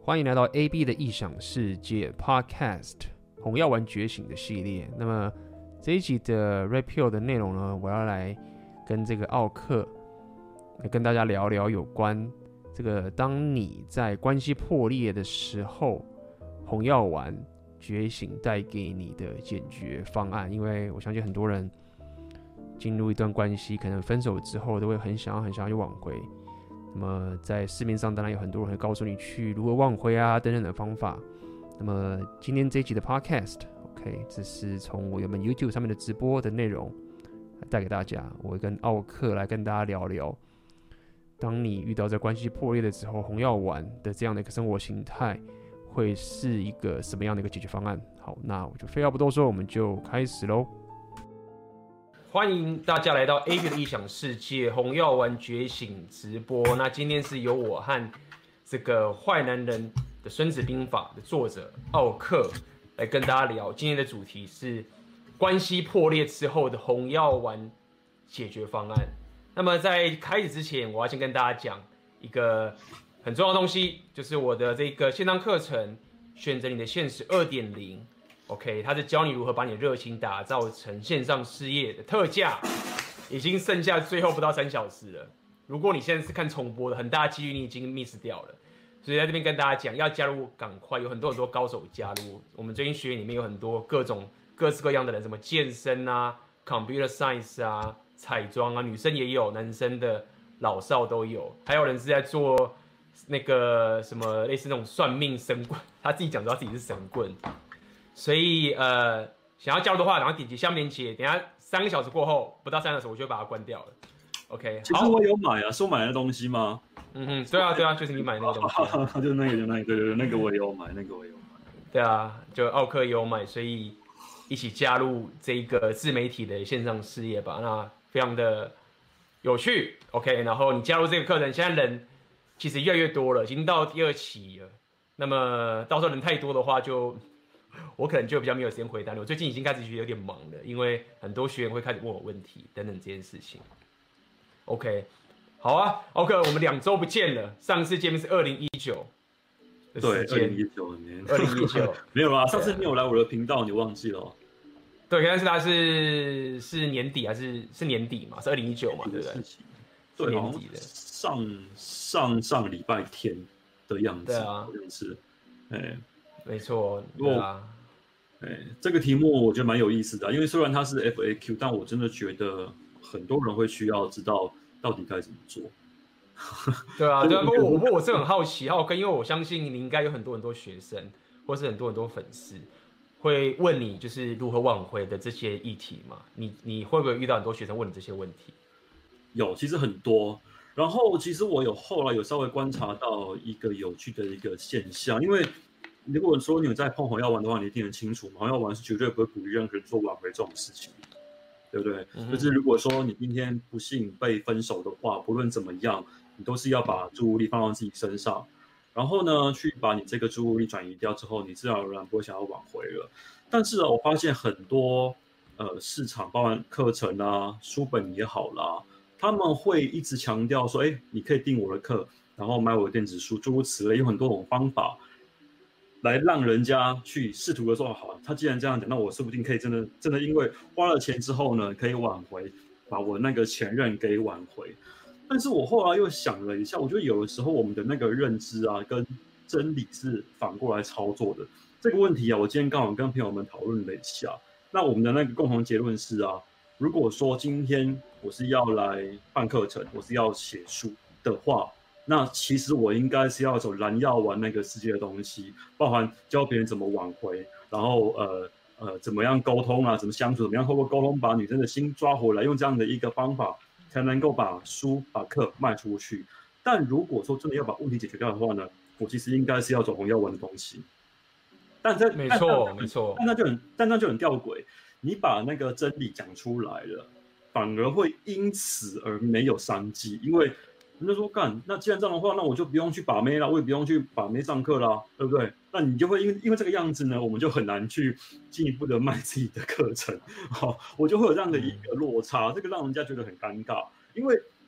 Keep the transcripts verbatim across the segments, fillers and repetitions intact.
欢迎来到 A B 的异想世界 Podcast 红药丸觉醒的系列。那么这一集的 Repeal 的内容呢，我要来跟这个奥克来跟大家聊聊有关这个当你在关系破裂的时候，红药丸觉醒带给你的解决方案。因为我相信很多人进入一段关系，可能分手之后都会很想要很想要去挽回。那么在市面上当然有很多人会告诉你去如何挽回啊等等的方法。那么今天这一集的 Podcast，OK， 这是从我原本 YouTube 上面的直播的内容带给大家。我会跟奥克来跟大家聊聊，当你遇到这关系破裂的时候，红药丸的这样的一个生活形态会是一个什么样的一个解决方案。好，那我就废话不多说，我们就开始咯。欢迎大家来到 A B 的异想世界红药丸觉醒直播。那今天是由我和这个坏男人的孙子兵法的作者奥克来跟大家聊。今天的主题是关系破裂之后的红药丸解决方案。那么在开始之前，我要先跟大家讲一个很重要的东西，就是我的这个线上课程选择你的现实 二点零。OK， 它是教你如何把你的热情打造成线上事业的特价，已经剩下最后不到三小时了。如果你现在是看重播的，很大几率你已经 miss 掉了。所以在这边跟大家讲，要加入赶快，有很多很多高手加入。我们最近学院里面有很多各种各式各样的人，什么健身啊、computer science 啊、彩妆啊，女生也有，男生的老少都有。还有人是在做那个什么类似那种算命神棍，他自己讲说他自己是神棍。所以呃，想要加入的话，然后点击下面链接，等一下三个小时过后，不到三个小时我就会把它关掉了。OK， 其实我有买啊，是我买的东西吗？ 嗯哼，对啊对啊，就是你买那个东西、啊， 就是那个就那个，对对对，那个我也有买，那个我也有买。 对啊，就奥克也有买，所以一起加入这个自媒体的线上事业吧。那非常的有趣 ，OK。然后你加入这个课程，现在人其实越来越多了，已经到第二期了。那么到时候人太多的话就。我可能就比较没有时间回答你。我最近已经开始觉得有点忙了，因为很多学员会开始问我问题等等这件事情。OK， 好啊 ，OK， 我们两周不见了，上次见面是二零一九， 对，二零一九年， 二零一九没有啦，上次你有来我的频道，你忘记了、哦？ 对，但是他是是年底还是是年底嘛？是二零一九嘛，对不对？ 对， 年底的上上上礼拜天的样子， 对啊， 好像是，哎。 没错，对啊， 哎，这个题目我觉得蛮有意思的、啊，因为虽然它是 F A Q， 但我真的觉得很多人会需要知道到底该怎么做。 对啊，对啊，不过我我是很好奇，浩哥，因为我相信你应该有很多很多学生，或是很多很多粉丝会问你，就是如何挽回的这些议题嘛？你你会不会遇到很多学生问你这些问题？ 有，其实很多。然后其实我有后来有稍微观察到一个有趣的一个现象，因为。如果说你有在碰红药丸的话，你一定很清楚，红药丸是绝对不会鼓励任何人做挽回这种事情，对不对？嗯、就是如果说你今天不幸被分手的话，不论怎么样，你都是要把注意力放到自己身上，然后呢，去把你这个注意力转移掉之后，你自然而然不会想要挽回了。但是啊，我发现很多呃市场，包含课程啊、书本也好啦，他们会一直强调说，哎，你可以订我的课，然后买我的电子书，诸如此类，有很多种方法。来让人家去试图的说，好，他既然这样讲，那我说不定可以真的真的因为花了钱之后呢，可以挽回，把我那个前任给挽回。但是我后来又想了一下，我觉得有的时候我们的那个认知啊，跟真理是反过来操作的。这个问题啊，我今天刚好跟朋友们讨论了一下。那我们的那个共同结论是啊，如果说今天我是要来办课程，我是要写书的话。那其实我应该是要走蓝药丸那个世界的东西，包含教别人怎么挽回，然后呃呃怎么样沟通啊，怎么相处，怎么样透过沟通把女生的心抓回来，用这样的一个方法才能够把书把课卖出去。但如果说真的要把问题解决掉的话呢，我其实应该是要走红药丸的东西。但这没错没错， 但那就很但那就很吊诡，你把那个真理讲出来了，反而会因此而没有商机，因为。人家说干，那既然这样的话，那我就不用去把妹啦，我也不用去把妹上课啦，对不对？那你就会因为因为这个样子呢，我们就很难去进一步的卖自己的课程，好，我就会有这样的一个落差，这个让人家觉得很尴尬。因为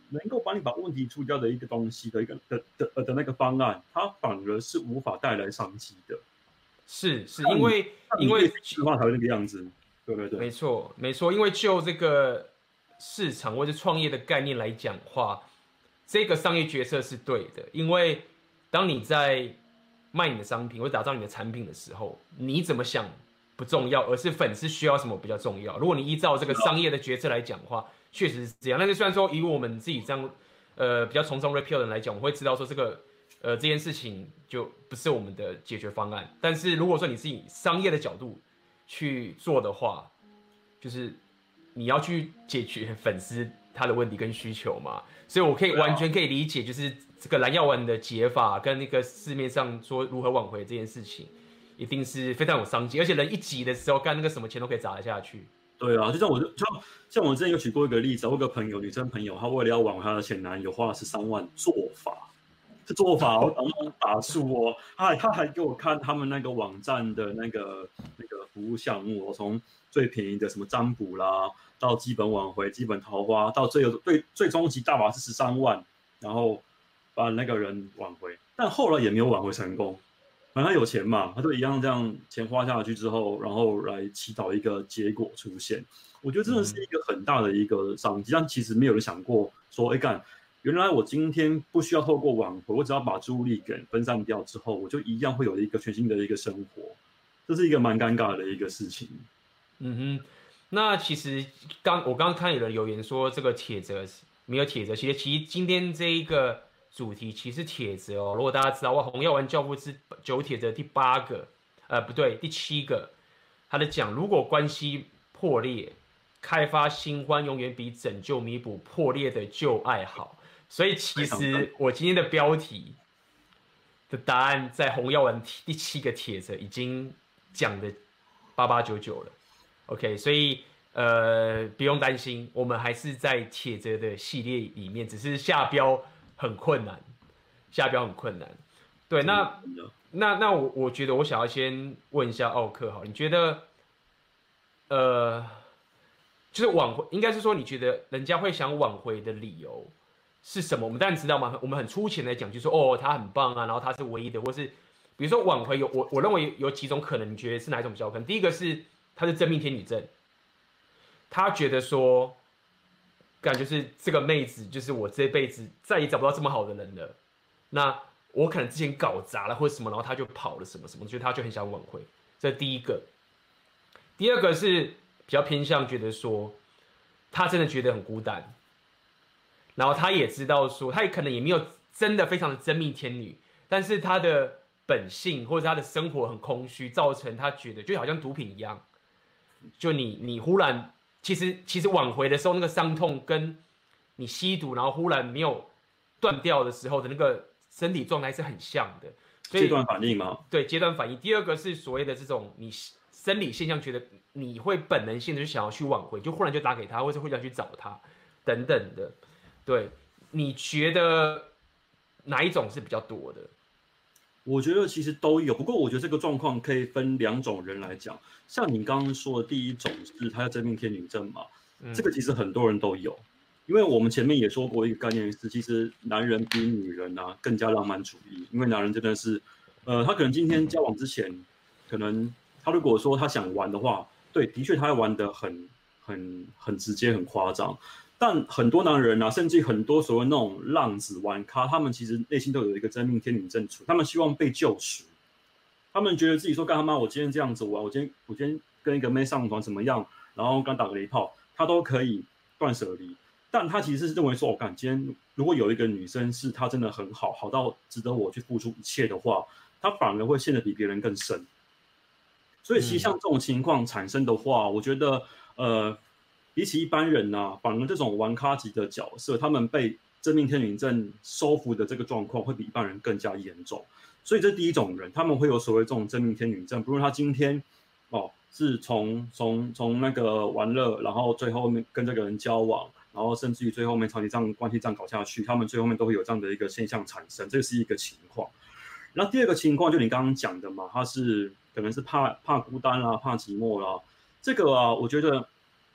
能够帮你把问题处理掉的一个东西的一个的的的的那个方案，它反而是无法带来商机的。 是是因为因为的话才会那个样子，对对对， 没错没错，因为就这个市场或者创业的概念来讲话，这个商业决策是对的，因为当你在卖你的商品或打造你的产品的时候，你怎么想不重要，而是粉丝需要什么比较重要。如果你依照这个商业的决策来讲话，确实是这样。但是虽然说以我们自己这样呃比较从众 Red Pill 的人来讲，我会知道说这个呃这件事情就不是我们的解决方案。但是如果说你是以商业的角度去做的话，就是你要去解决粉丝他的问题跟需求嘛，所以我可以完全可以理解，就是这个蓝药丸的解法跟那个市面上说如何挽回这件事情，一定是非常有商机，而且人一急的时候，干那个什么钱都可以砸得下去。 对啊，就像我就像我之前有举过一个例子，我有个朋友，女生朋友，她为了要挽回她的前男友，花了十三万做法，这做法然后打数哦，他还他还给我看他们那个网站的那个那个服务项目，我从最便宜的什么占卜啦，到基本挽回、基本桃花，到最有最最终极大法是十三万，然后把那个人挽回，但后来也没有挽回成功。反正他有钱嘛，他就一样这样钱花下去之后，然后来祈祷一个结果出现。我觉得真的是一个很大的一个商机，但其实没有人想过说，哎干，原来我今天不需要透过挽回，我只要把注意力给分散掉之后，我就一样会有一个全新的一个生活。这是一个蛮尴尬的一个事情。 嗯哼，那其实刚我刚刚看有人留言说这个铁则没有铁则，其实其实今天这一个主题其实铁则哦，如果大家知道哇，红药丸教父是九铁则第八个，呃不对，第七个，他的讲如果关系破裂，开发新欢永远比拯救弥补破裂的旧爱好。所以其实我今天的标题的答案在红药丸第七个铁则已经讲的八八九九了。OK， 所以呃不用担心，我们还是在铁则的系列里面，只是下标很困难，下标很困难。对，那那那我我觉得我想要先问一下奥克，好，你觉得呃就是挽回，应该是说你觉得人家会想挽回的理由是什么？我们当然知道嘛，我们很粗浅的讲，就是说哦他很棒啊，然后他是唯一的，或是比如说挽回有我我认为有几种可能，你觉得是哪一种比较可能？第一个是他是真命天女症，他觉得说，感觉是这个妹子就是我这辈子再也找不到这么好的人了。那我可能之前搞砸了或者什么，然后他就跑了什么什么，所以他就很想挽回。这第一个。第二个是比较偏向觉得说，他真的觉得很孤单，然后他也知道说，他也可能也没有真的非常的真命天女，但是他的本性或者他的生活很空虚，造成他觉得就好像毒品一样。就你你忽然其实其实挽回的时候那个伤痛跟你吸毒然后忽然没有断掉的时候的那个身体状态是很像的，所以阶段反应吗？ 对，阶段反应。第二个是所谓的这种你生理现象，觉得你会本能性的就想要去挽回，就忽然就打给他，或者会想去找他等等的。对，你觉得哪一种是比较多的？ 我觉得其实都有，不过我觉得这个状况可以分两种人来讲。像你刚刚说的第一种是他叫真命天女症嘛，嗯、这个其实很多人都有，因为我们前面也说过一个概念是，其实男人比女人啊更加浪漫主义，因为男人真的是，呃，他可能今天交往之前，可能他如果说他想玩的话，对，的确他会玩得很很很直接、很夸张。但很多男人啊，甚至很多所谓那种浪子玩咖，他们其实内心都有一个真命天女症处，他们希望被救赎，他们觉得自己说干他妈，我今天这样子玩，我今天我今天跟一个妹上团怎么样，然后刚打个雷炮，他都可以断舍离。但他其实是认为说，我、哦、干今天如果有一个女生是她真的很好，好到值得我去付出一切的话，他反而会陷得比别人更深。所以其实像这种情况产生的话，嗯、我觉得呃。比起一般人啊，反而这种玩咖级的角色，他们被真命天女症收服的这个状况会比一般人更加严重。所以这第一种人，他们会有所谓这种真命天女症，不论他今天哦是从从从那个玩乐，然后最后面跟这个人交往，然后甚至于最后面长期这样关系这样搞下去，他们最后面都会有这样的一个现象产生，这是一个情况。然后第二个情况就你刚刚讲的嘛，他是可能是怕怕孤单啦，怕寂寞啦，这个啊，我觉得。比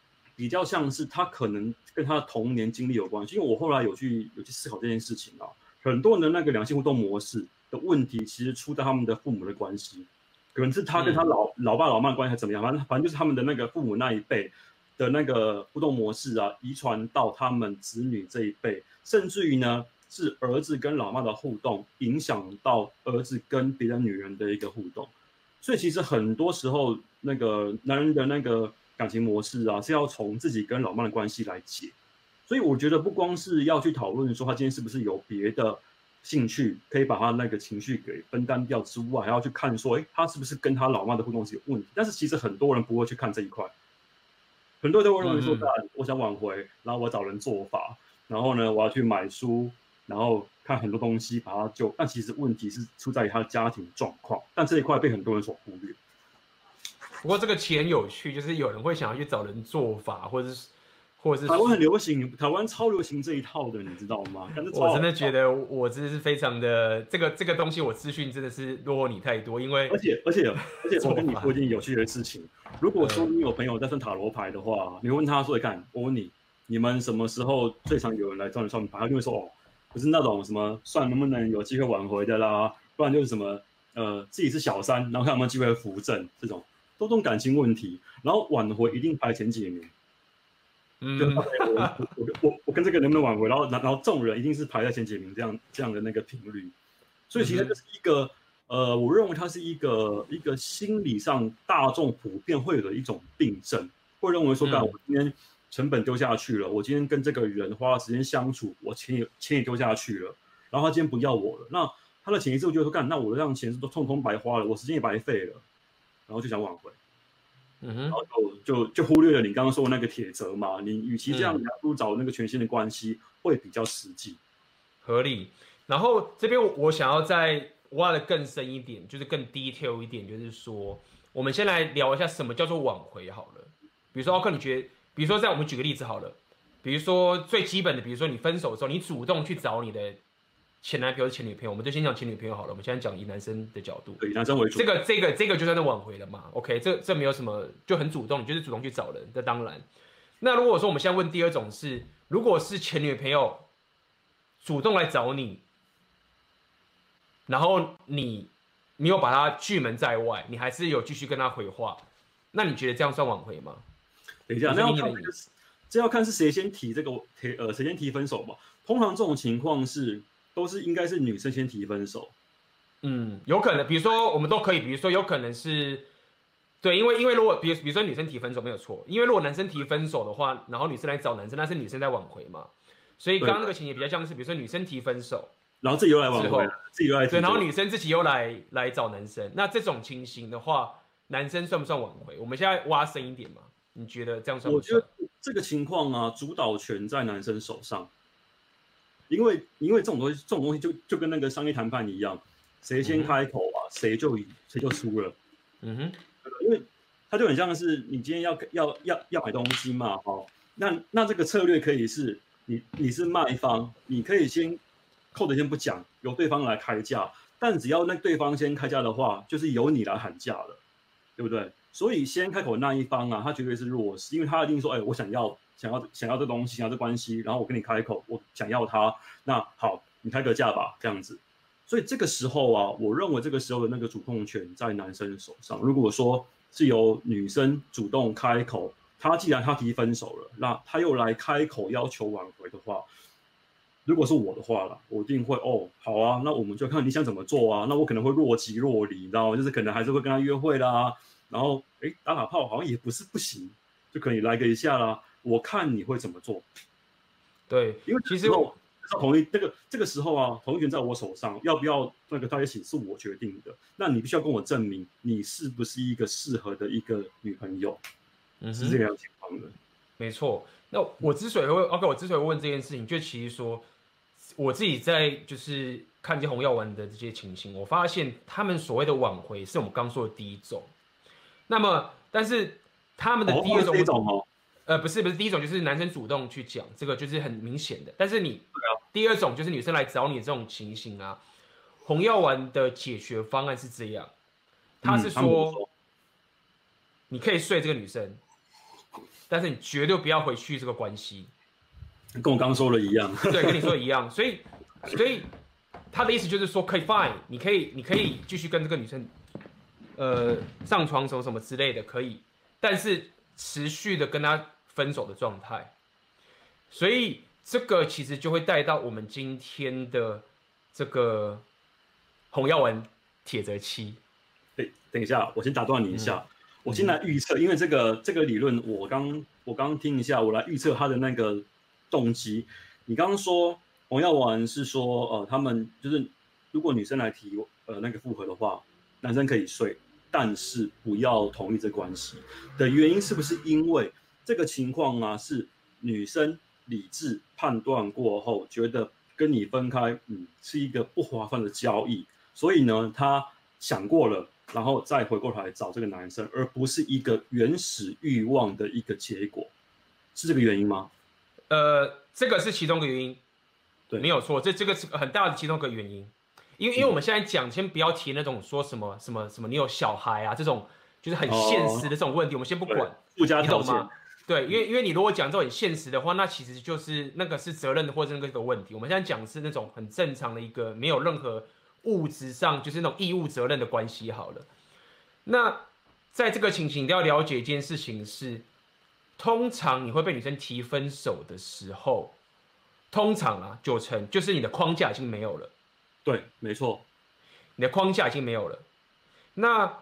比较像是他可能跟他的童年经历有关系，因为我后来有去有去思考这件事情啊，很多人的那个两性互动模式的问题，其实出在他们的父母的关系，可能是他跟他老、嗯、老爸老妈的关系还怎么样，反正反正就是他们的那个父母那一辈的那个互动模式啊，遗传到他们子女这一辈，甚至于呢是儿子跟老妈的互动，影响到儿子跟别的女人的一个互动，所以其实很多时候那个男人的那个感情模式啊，是要从自己跟老妈的关系来解。所以我觉得不光是要去讨论说他今天是不是有别的兴趣可以把他那个情绪给分担掉之外，还要去看说，哎，他是不是跟他老妈的互动是有问题？但是其实很多人不会去看这一块，很多人都会认为说，嗯、我想挽回，然后我找人做法，然后呢，我要去买书，然后看很多东西把它救。但其实问题是出在于他的家庭状况，但这一块被很多人所忽略。 不过这个其实很有趣，就是有人会想要去找人做法，或者是。或者是台湾很流行，台湾超流行这一套的，你知道吗？ 我真的觉得我真的是非常的这个这个东西，我资讯真的是落后你太多，因为而且而且而且我跟你说一件有趣的事情，如果说你有朋友在算塔罗牌的话，你问他说：“你看，我问你，你们什么时候最常有人来找你算牌？”他就会说：“哦，不是那种什么算能不能有机会挽回的啦，不然就是什么呃自己是小三，然后看有没有机会扶正这种，都这种感情问题，然后挽回一定排前几名。”嗯，我我我我跟这个能不能挽回，然后然后这种人一定是排在前几名这样这样的那个频率，所以其实这是一个、嗯、呃，我认为它是一个一个心理上大众普遍会有的一种病症，会认为说，干、嗯、我今天成本丢下去了，我今天跟这个人花了时间相处，我钱也钱也丢下去了，然后他今天不要我了，那他的潜意识就会说，干，那我的这样钱都通通白花了，我时间也白费了，然后就想挽回。嗯、然后就就就忽略了你刚刚说的那个铁则嘛，你与其这样，你还不如找那个全新的关系、嗯、会比较实际、 合理。然后这边我想要再挖得更深一点，就是更 detail 一点，就是说，我们先来聊一下什么叫做挽回好了。比如说，奥克，你觉得，比如说，在我们举个例子好了，比如说最基本的，比如说你分手之后，你主动去找你的前男朋友、前女朋友，我们就先讲前女朋友好了。我们现在讲以男生的角度， 对，以男生为主。 这个、这个、这个就算是挽回了嘛 ？OK， 这这没有什么，就很主动，你就是主动去找人。这当然。那如果说我们现在问第二种是，如果是前女朋友主动来找你，然后你没有把她拒门在外，你还是有继续跟她回话，那你觉得这样算挽回吗？ 等一下，那要看这要看是谁先提这个提呃谁先提分手嘛？通常这种情况是。都是应该是女生先提分手， 嗯，有可能，比如说我们都可以，比如说有可能是，对，因为因为如果比如比如说女生提分手没有错，因为如果男生提分手的话，然后女生来找男生，那是女生在挽回嘛，所以刚刚那个情节比较像是，比如说女生提分手， 然后自己又来挽回，自己又来提， 对，然后女生自己又来来找男生，那这种情形的话，男生算不算挽回？我们现在挖深一点嘛，你觉得这样算不算？ 我觉得这个情况啊，主导权在男生手上。因为因为这种东西，这种东西就就跟那个商业谈判一样，谁先开口啊，谁、嗯、就谁就输了。嗯哼，因为它就很像是你今天要要要要买东西嘛，哦，那那这个策略可以是你你是卖方，你可以先扣的先不讲，由对方来开价，但只要那对方先开价的话，就是由你来喊价了，对不对？所以先开口的那一方啊，他绝对是弱势，因为他一定说，哎，我想要。想要想要这东西，想要这关系，然后我跟你开口，我想要它，那好，你开个价吧，这样子。所以这个时候啊，我认为这个时候的那个主控权在男生手上。如果说是由女生主动开口，她既然她提分手了，那她又来开口要求挽回的话，如果是我的话啦，我一定会哦，好啊，那我们就看你想怎么做啊。那我可能会若即若离，你知道吗？就是可能还是会跟他约会啦，然后哎打打炮好像也不是不行，就可以来个一下啦。我看你会怎么做？ 对， 因为其实我同意这个这个时候啊，同意权在我手上，要不要那个在一起是我决定的。那你必须要跟我证明你是不是一个适合的一个女朋友，嗯、是这个样情况的。 没错。那我之所以会 OK， 我之所以会问这件事情，就其实说我自己在就是看这些红药丸的这些情形，我发现他们所谓的挽回是我们刚说的第一种。那么，但是他们的第二种， 哦、这种哦。 呃，不是不是，第一种就是男生主动去讲，这个就是很明显的。但是你，第二种就是女生来找你这种情形啊，红药丸的解决方案是这样，他是说，嗯、你可以睡这个女生， 但是你绝对不要回去这个关系。 跟我刚刚说的一样。 对，跟你说的一样。所以，所以他的意思就是说，可以 fine， 你可以，你可以继续跟这个女生，呃，上床什么什么之类的，可以，但是持续的跟她分手的状态。所以这个其实就会带到我们今天的这个洪耀文铁则七。 对，等一下，我先打断你一下， 嗯、 我先来预测，因为这个这个理论，我刚我刚听一下，我来预测他的那个动机。你刚刚说洪耀文是说，呃，他们就是如果女生来提呃那个复合的话，男生可以睡，但是不要同意这关系的原因，是不是因为这个情况啊，是女生理智判断过后，觉得跟你分开，嗯，是一个不划算的交易，所以呢，她想过了。然后再回过头来找这个男生，而不是一个原始欲望的一个结果，是这个原因吗？ 呃，这个是其中一个原因， 对， 没有错，这这个是很大的其中一个原因。因为因为我们现在讲，先不要提那种说什么什么什么你有小孩啊这种，就是很现实的这种问题，哦、我们先不管， 附加条件， 你懂吗？对，因为因为你如果讲这种很现实的话，那其实就是那个是责任的或者那个问题。我们现在讲的是那种很正常的一个没有任何物质上就是那种义务责任的关系好了。那在这个情形，你要了解一件事情是，通常你会被女生提分手的时候，通常啊九成就是你的框架已经没有了。 对，没错， 你的框架已经没有了。那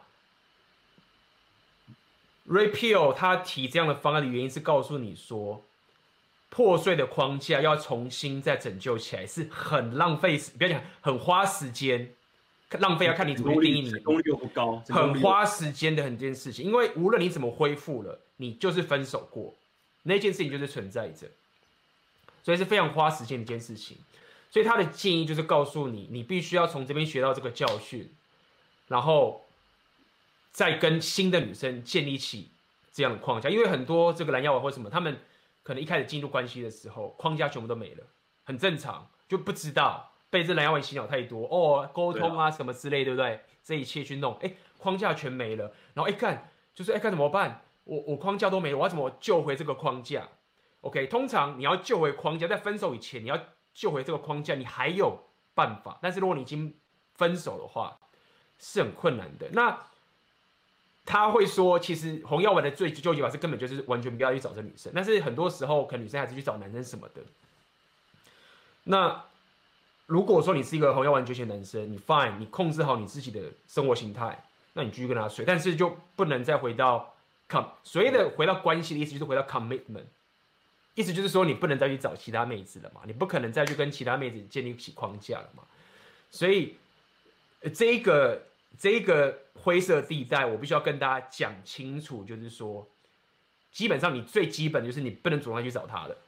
Repeal 他提这样的方案的原因是告诉你说，破碎的框架要重新再拯救起来是很浪费，不要讲很花时间，浪费要看你怎么去定义你， 功率又不高， 很花时间的很件事情。因为无论你怎么恢复了，你就是分手过，那件事情就是存在着，所以是非常花时间的一件事情。所以他的建议就是告诉你，你必须要从这边学到这个教训，然后再跟新的女生建立起这样的框架。因为很多这个蓝药丸或什么，他们可能一开始进入关系的时候，框架全部都没了，很正常，就不知道被这蓝药丸洗脑太多哦，沟通啊什么之类，对不对？这一切去弄，哎，框架全没了，然后一看就是哎，看怎么办？我我框架都没了，我要怎么救回这个框架 ？OK， 通常你要救回框架，在分手以前你要救回这个框架，你还有办法。但是如果你已经分手的话，是很困难的。那他会说，其实洪耀文的最纠结法是根本就是完全不要去找这女生，但是很多时候可能女生还是去找男生什么的。那如果说你是一个洪耀文觉醒的男生，你 fine， 你控制好你自己的生活形态，那你继续跟他睡，但是就不能再回到 com 所谓的回到关系的意思就是回到 commitment。意思就是说，你不能再去找其他妹子了嘛，你不可能再去跟其他妹子建立起框架了嘛。所以，这一个这一个灰色地带，我必须要跟大家讲清楚，就是说，基本上你最基本就是你不能主动去找她了，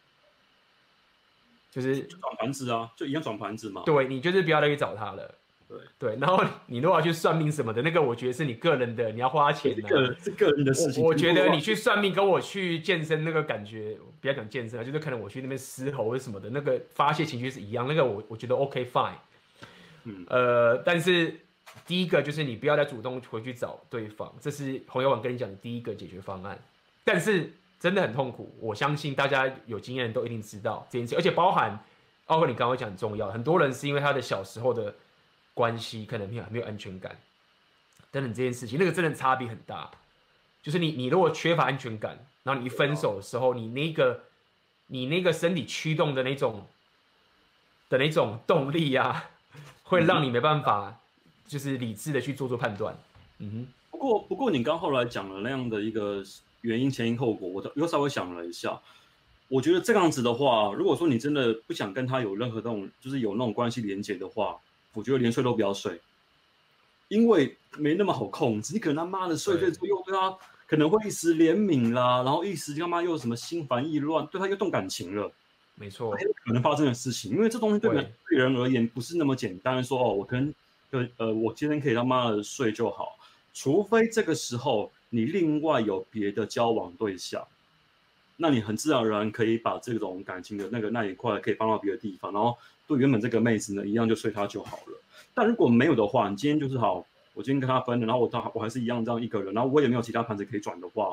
就是转盘子啊，就一样转盘子嘛。 对，你就是不要再去找她了。 对对，然后你如果要去算命什么的，那个我觉得是你个人的，你要花钱、啊。 这个是个人的事情。 我, 我觉得你去算命跟我去健身那个感觉，不要讲健身啊，就是可能我去那边嘶吼或什么的，那个发泄情绪是一样。那个我我觉得 OK fine。嗯，呃，但是第一个就是你不要再主动回去找对方，这是洪耀文跟你讲的第一个解决方案。但是真的很痛苦，我相信大家有经验的都一定知道这件事，而且包含包括你刚刚讲很重要，很多人是因为他的小时候的关系可能没有没有安全感等等这件事情，那个真的差别很大。就是你你如果缺乏安全感，然后你一分手的时候，你那个你那个身体驱动的那种的那种动力啊，会让你没办法就是理智的去做做判断。嗯哼。 不过不过你刚后来讲了那样的一个原因前因后果，我又稍微想了一下，我觉得这样子的话，如果说你真的不想跟他有任何那种就是有那种关系连结的话，我觉得连睡都不要睡，因为没那么好控制。你可能他妈的睡睡之后又对他可能会一时怜悯啦，然后一时他妈又什么心烦意乱，对他又动感情了。 没错， 可能发生的事情，因为这东西对对人而言不是那么简单说哦，我可能呃我今天可以他妈的睡就好，除非这个时候你另外有别的交往对象，那你很自然而然可以把这种感情的那个那一块可以放到别的地方，然后对原本这个妹子呢一样就睡她就好了。但如果没有的话，你今天就是好，我今天跟她分了，然后我我还是一样这样一个人，然后我也没有其他盘子可以转的话，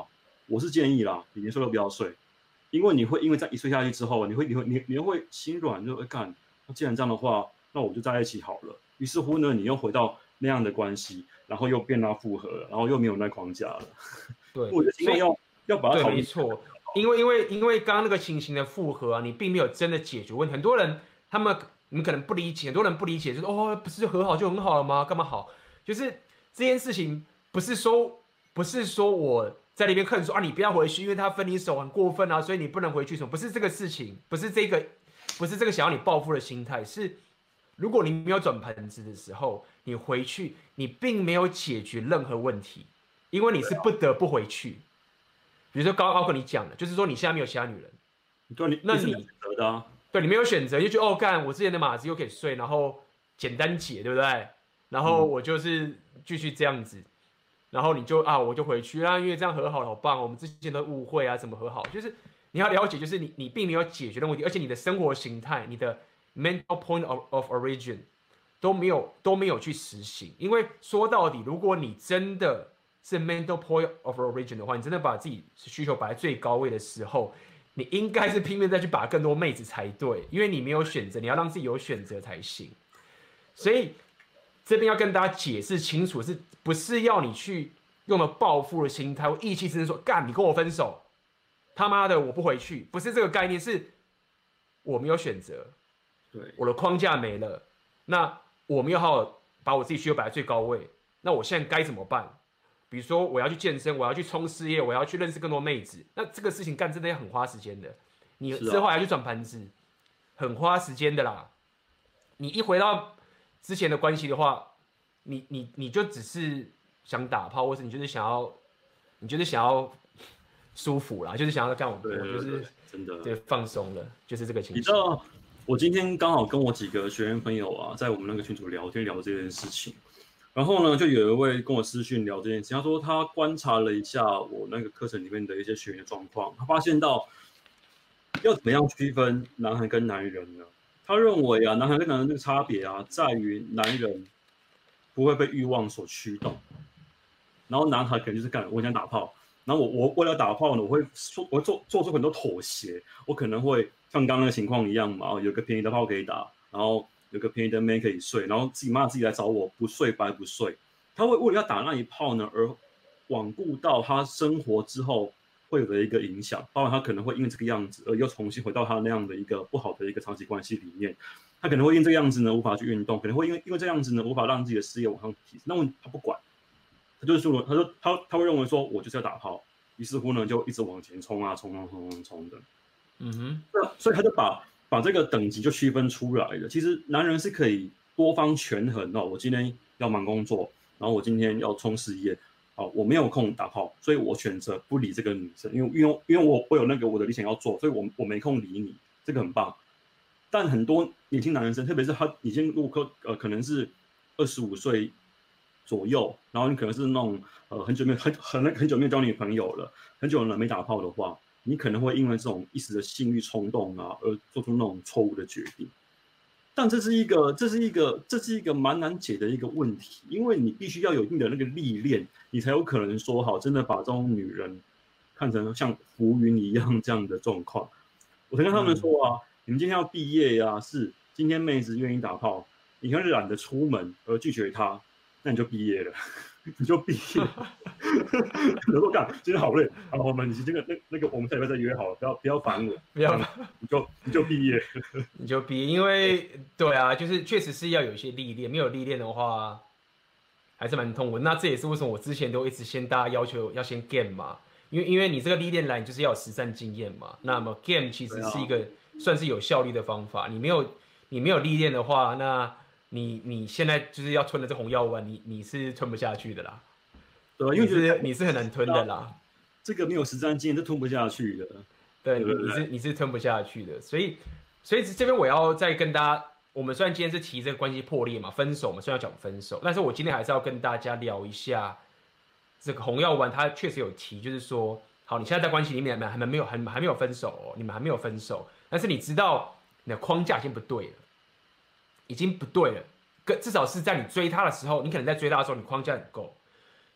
我是建议啦，你连睡都不要睡，因为你会因为在一睡下去之后，你会你会你你会心软，就会干，那既然这样的话，那我就在一起好了。于是乎呢，你又回到那样的关系，然后又变到复合了，然后又没有那框架了。 对， 我觉得要要把它对，没错，因为因为因为刚刚那个情形的复合啊，你并没有真的解决问题。很多人他们你们可能不理解，很多人不理解，就是哦，不是和好就很好了吗？干嘛好？就是这件事情不是说不是说我在那边恨说啊，你不要回去，因为他分你手很过分啊，所以你不能回去什么？不是这个事情，不是这个，不是这个想要你报复的心态，是如果你没有转盘子的时候，你回去，你并没有解决任何问题，因为你是不得不回去。比如说刚刚奥克你讲的，就是说你现在没有其他女人， 对，你那你你是有选择的啊， 对你没有选择，就觉得哦干，我之前的马子又可以睡，然后简单解，对不对？然后我就是继续这样子，然后你就啊我就回去啦，因为这样和好了，好棒，我们之前的误会啊怎么和好？就是你要了解，就是你你并没有解决的问题，而且你的生活形态，你的 mental point of of origin 都没有都没有去实行，因为说到底，如果你真的是 mental point of origin 的话，你真的把自己需求摆在最高位的时候，你应该是拼命再去把更多妹子才对，因为你没有选择，你要让自己有选择才行。所以这边要跟大家解释清楚，是不是要你去用了报复的心态，或意气之争说干你跟我分手，他妈的我不回去，不是这个概念，是我没有选择， 对， 我的框架没了，那我没有好好把我自己需求摆在最高位，那我现在该怎么办？比如说我要去健身，我要去冲事业，我要去认识更多妹子，那这个事情干真的要很花时间的。你之后还要去转盘子，很花时间的啦。你一回到之前的关系的话，你你你就只是想打炮，或是你就是想要，你就是想要舒服啦，就是想要干我，我就是真的对放松了，就是这个情绪。 你知道，我今天刚好跟我几个学员朋友啊，在我们那个群组聊天聊这件事情。然后呢，就有一位跟我私讯聊这件事，他说他观察了一下我那个课程里面的一些学员的状况，他发现到要怎么样区分男孩跟男人呢？他认为啊，男孩跟男人这个差别啊，在于男人不会被欲望所驱动，然后男孩可能就是干我想打炮，然后我我为了打炮呢，我会说我会做做出很多妥协，我可能会像刚刚那个情况一样嘛，有个便宜的炮可以打，然后有个便宜的妹可以睡，然后自己妈自己来找我不睡白不睡，他会为了要打那一炮呢，而罔顾到他生活之后会有的一个影响，包括他可能会因为这个样子而又重新回到他那样的一个不好的一个长期关系里面，他可能会因为这个样子呢无法去运动，可能会因为因为这样子呢无法让自己的事业往上提升，那么他不管，他就是说，他说他他会认为说我就是要打炮，于是乎呢就一直往前冲啊冲冲冲冲冲的，嗯哼，那所以他就把。把这个等级就区分出来了。其实男人是可以多方权衡哦。我今天要忙工作，然后我今天要冲事业，哦，我没有空打炮，所以我选择不理这个女生，因为因为因为我我有那个我的理想要做，所以我我没空理你，这个很棒。但很多年轻男生，特别是他已经入科呃可能是二十五岁左右，然后你可能是那种呃很久没有很很很久没有交女朋友了，很久了没打炮的话。你可能会因为这种一时的性欲冲动啊，而做出那种错误的决定。但这是一个，这是一个，这是一个蛮难解的一个问题，因为你必须要有一定的那个历练，你才有可能说好，真的把这种女人看成像浮云一样这样的状况。我曾跟他们说啊，嗯、你们今天要毕业呀、啊，是今天妹子愿意打炮，你很懒得出门而拒绝她，那你就毕业了。你就毕业，有时候干，今天好累，好，我们你这个那那个，我们下礼拜再约好了，不要不要烦我， 不要， 你就你就毕业， 你就毕业，因为对啊，就是确实是要有一些历练，没有历练的话，还是蛮痛苦。那这也是为什么我之前都一直先大家要求要先 game 嘛，因为因为你这个历练来，你就是要有实战经验嘛。那么 game 其实是一个算是有效率的方法，你没有你没有历练的话，那。你你现在就是要吞了这红药丸，你你是吞不下去的啦， 对，因为你是你是很难吞的啦， 这个没有实战经验是吞不下去的， 对，对你是你是吞不下去的，所以所以这边我要再跟大家，我们虽然今天是提这个关系破裂嘛，分手嘛，虽然要讲分手，但是我今天还是要跟大家聊一下这个红药丸，它确实有提，就是说，好，你现在在关系里面还没有还还没有分手哦，你们还没有分手，但是你知道你的框架已经不对了。已经不对了，至少是在你追他的时候，你可能在追他的时候，你框架很够，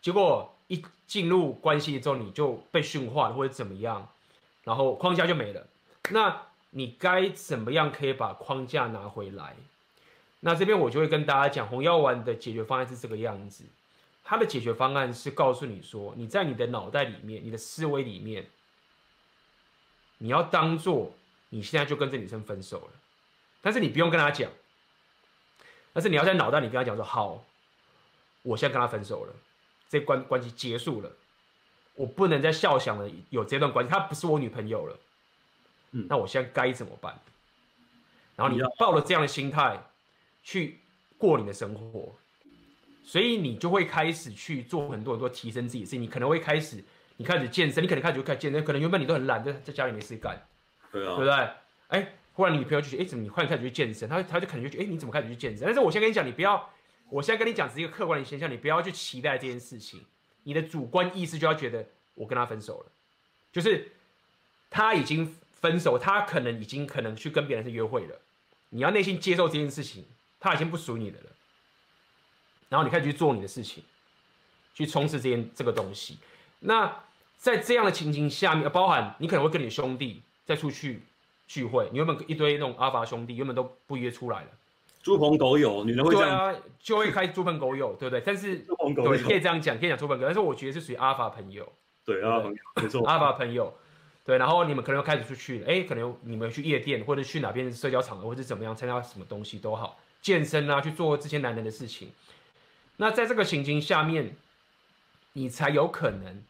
结果一进入关系之后你就被驯化了或者怎么样，然后框架就没了。那你该怎么样可以把框架拿回来？那这边我就会跟大家讲，红药丸的解决方案是这个样子。它的解决方案是告诉你说，你在你的脑袋里面、你的思维里面，你要当做你现在就跟这女生分手了，但是你不用跟她讲，但是你要在脑袋里跟她讲说，好，我现在跟她分手了，这关关系结束了，我不能再笑想了有这段关系，她不是我女朋友了，嗯，那我现在该怎么办？然后你抱着这样的心态去过你的生活，所以你就会开始去做很多很多提升自己的事情。你可能会开始，你开始健身，你可能开始就开始健身，可能原本你都很懒，在在家里没事干， 对啊， 对不对？哎，忽然你女朋友就觉得，哎，怎么你忽然开始去健身？他他就可能就觉得，哎，你怎么开始去健身？但是我先跟你讲，你不要，我现在跟你讲只是一个客观的现象，你不要去期待这件事情，你的主观意识就要觉得我跟他分手了，就是他已经分手，他可能已经可能去跟别人是约会了。你要内心接受这件事情，它已经不属于你的了。然后你开始去做你的事情，去冲刺这件这个东西。那在这样的情形下面，包含你可能会跟你的兄弟再出去聚会，你原本一堆那种阿法兄弟原本都不约出来了， 猪朋狗友，女人会这样， 对啊，就会开猪朋狗友，对不对？但是猪朋狗友对，可以这样讲，可以讲猪朋狗友，但是我觉得是属于阿法朋友， 对啊，没错， 阿法朋友。对，然后你们可能又开始出去了，哎，可能你们去夜店，或者去哪边社交场合，或者怎么样参加什么东西都好，健身啊，去做这些男人的事情。那在这个情形下面，你才有可能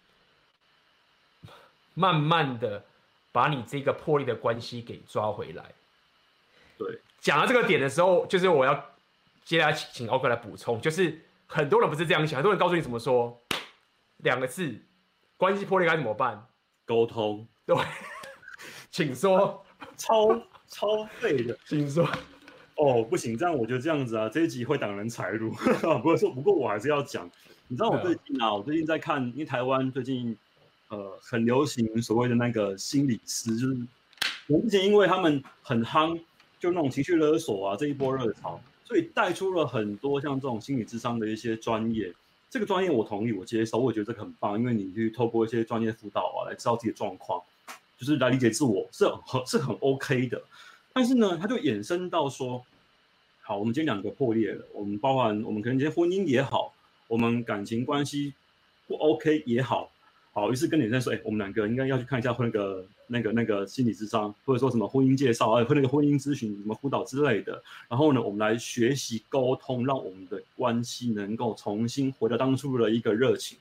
慢慢的把你这个破裂的关系给抓回来。 对， 讲到这个点的时候，就是我要接下来请奥哥来补充，就是很多人不是这样想，很多人告诉你怎么说，两个字，关系破裂该怎么办？ 沟通。 对，请说， 超超废的， 请说。 哦，不行，这样我觉得这样子啊，这一集会挡人财路。不过说，不过我还是要讲，你知道我最近啊，我最近在看，因为台湾最近呃很流行所谓的那个心理师，就是我之前因为他们很夯，就那种情绪勒索啊这一波热潮，所以带出了很多像这种心理咨商的一些专业。这个专业我同意，我接受，我也觉得这个很棒，因为你去透过一些专业辅导啊，来知道自己的状况。就是来理解自我是很是很 OK 的，但是呢，它就衍生到说，好，我们今天两个破裂了，我们包含我们可能今天婚姻也好，我们感情关系不 OK 也好，好，于是跟女生说，哎、欸，我们两个应该要去看一下那个那个那个心理咨商，或者说什么婚姻介绍，哎，或那个婚姻咨询、什么辅导之类的。然后呢，我们来学习沟通，让我们的关系能够重新回到当初的一个热情。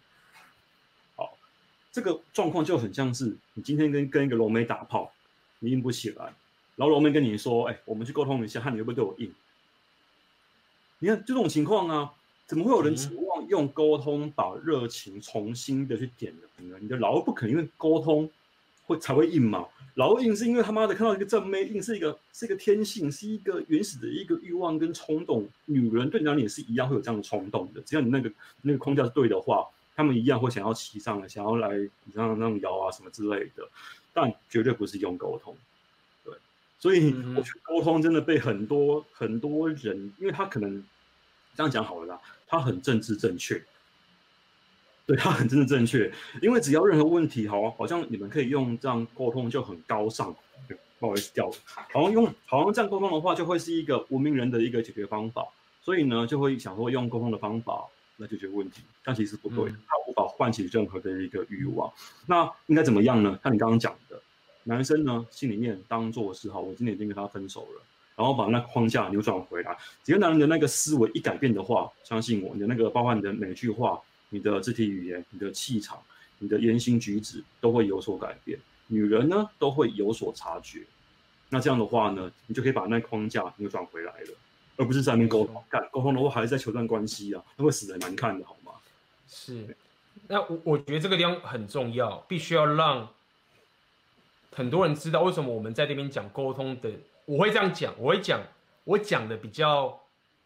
这个状况就很像是你今天跟跟一个柔妹打炮，你硬不起来，然后柔妹跟你说：“哎、欸，我们去沟通一下，看你会不会对我硬。”你看这种情况啊，怎么会有人指望用沟通把热情重新的去点燃呢？你的老二不可能因为沟通会才会硬嘛？老二硬是因为他妈的看到一个正妹，硬是一个是一个天性，是一个原始的一个欲望跟冲动。女人对你也是一样会有这样的冲动的，只要你那个那个框架是对的话。他们一样会想要骑上来，想要来像那种摇啊什么之类的，但绝对不是用沟通。对，所以我觉得沟通真的被很多很多人，因为他可能这样讲好了啦，他很政治正确，对他很政治正确，因为只要任何问题，好，好像你们可以用这样沟通就很高尚。不好意思掉了，好像用好像这样沟通的话，就会是一个文明人的一个解决方法，所以呢，就会想说用沟通的方法来解决问题，但其实不对，它无法唤起任何的一个欲望。那应该怎么样呢？像你刚刚讲的，男生呢心里面当做是好，我今天已经跟他分手了，然后把那框架扭转回来。只要男人的那个思维一改变的话，相信我，你的那个包括你的每句话、你的肢体语言、你的气场、你的言行举止都会有所改变。女人呢都会有所察觉。那这样的话呢，你就可以把那框架扭转回来了。而不是在那边沟通，干沟通的话还是在求断关系啊，那会死得难看的好吗？ 是，那我我觉得这个地方很重要，必须要让很多人知道为什么我们在这边讲沟通的，我会这样讲，我会讲，我讲的比较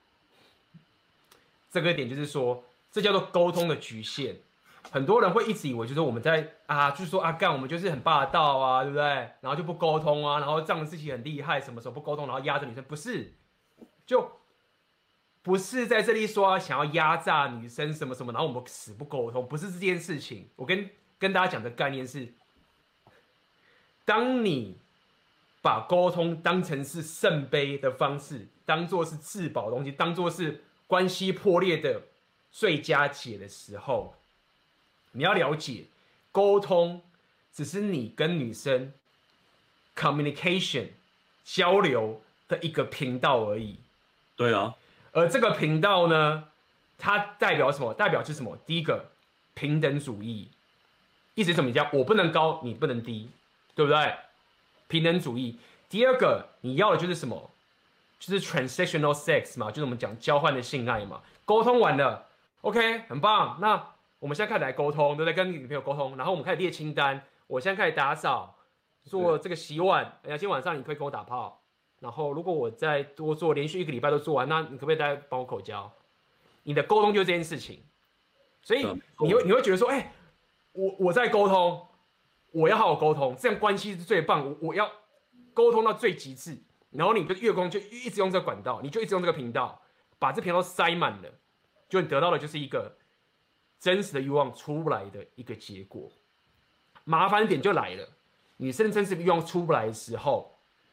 这个点就是说，这叫做沟通的局限。很多人会一直以为就是我们在啊，就是说啊干，我们就是很霸道啊，对不对？然后就不沟通啊，然后这样的事情很厉害，什么时候不沟通，然后压着女生，不是。就不是在这里说想要压榨女生什么什么，然后我们死不沟通，不是这件事情。我跟跟大家讲的概念是，当你把沟通当成是圣杯的方式，当做是自保的东西，当做是关系破裂的最佳解的时候，你要了解，沟通只是你跟女生 communication 交流的一个频道而已。 对啊， 而这个频道呢，它代表什么？代表是什么？第一个，平等主义，意思是什么？叫我不能高，你不能低，对不对？平等主义。第二个，你要的就是什么？就是 transactional sex 嘛，就是我们讲交换的性爱嘛。沟通完了 ，OK， 很棒。那我们现在开始来沟通，对不对？跟女朋友沟通，然后我们开始列清单。我现在开始打扫，做这个洗碗。哎呀，今天晚上你可以跟我打炮。然后如果我再多做，连续一个礼拜都做完，那你可不可以再帮我口交？你的沟通就是这件事情。所以你会你会觉得说，哎、欸，我我在沟通，我要好好沟通，这样关系是最棒。我我要沟通到最极致。然后你就越沟通就一直用这个管道，你就一直用这个频道，把这频道塞满了，就你得到的就是一个真实的欲望出不来的一个结果。麻烦点就来了，女生真实欲望出不来的时候，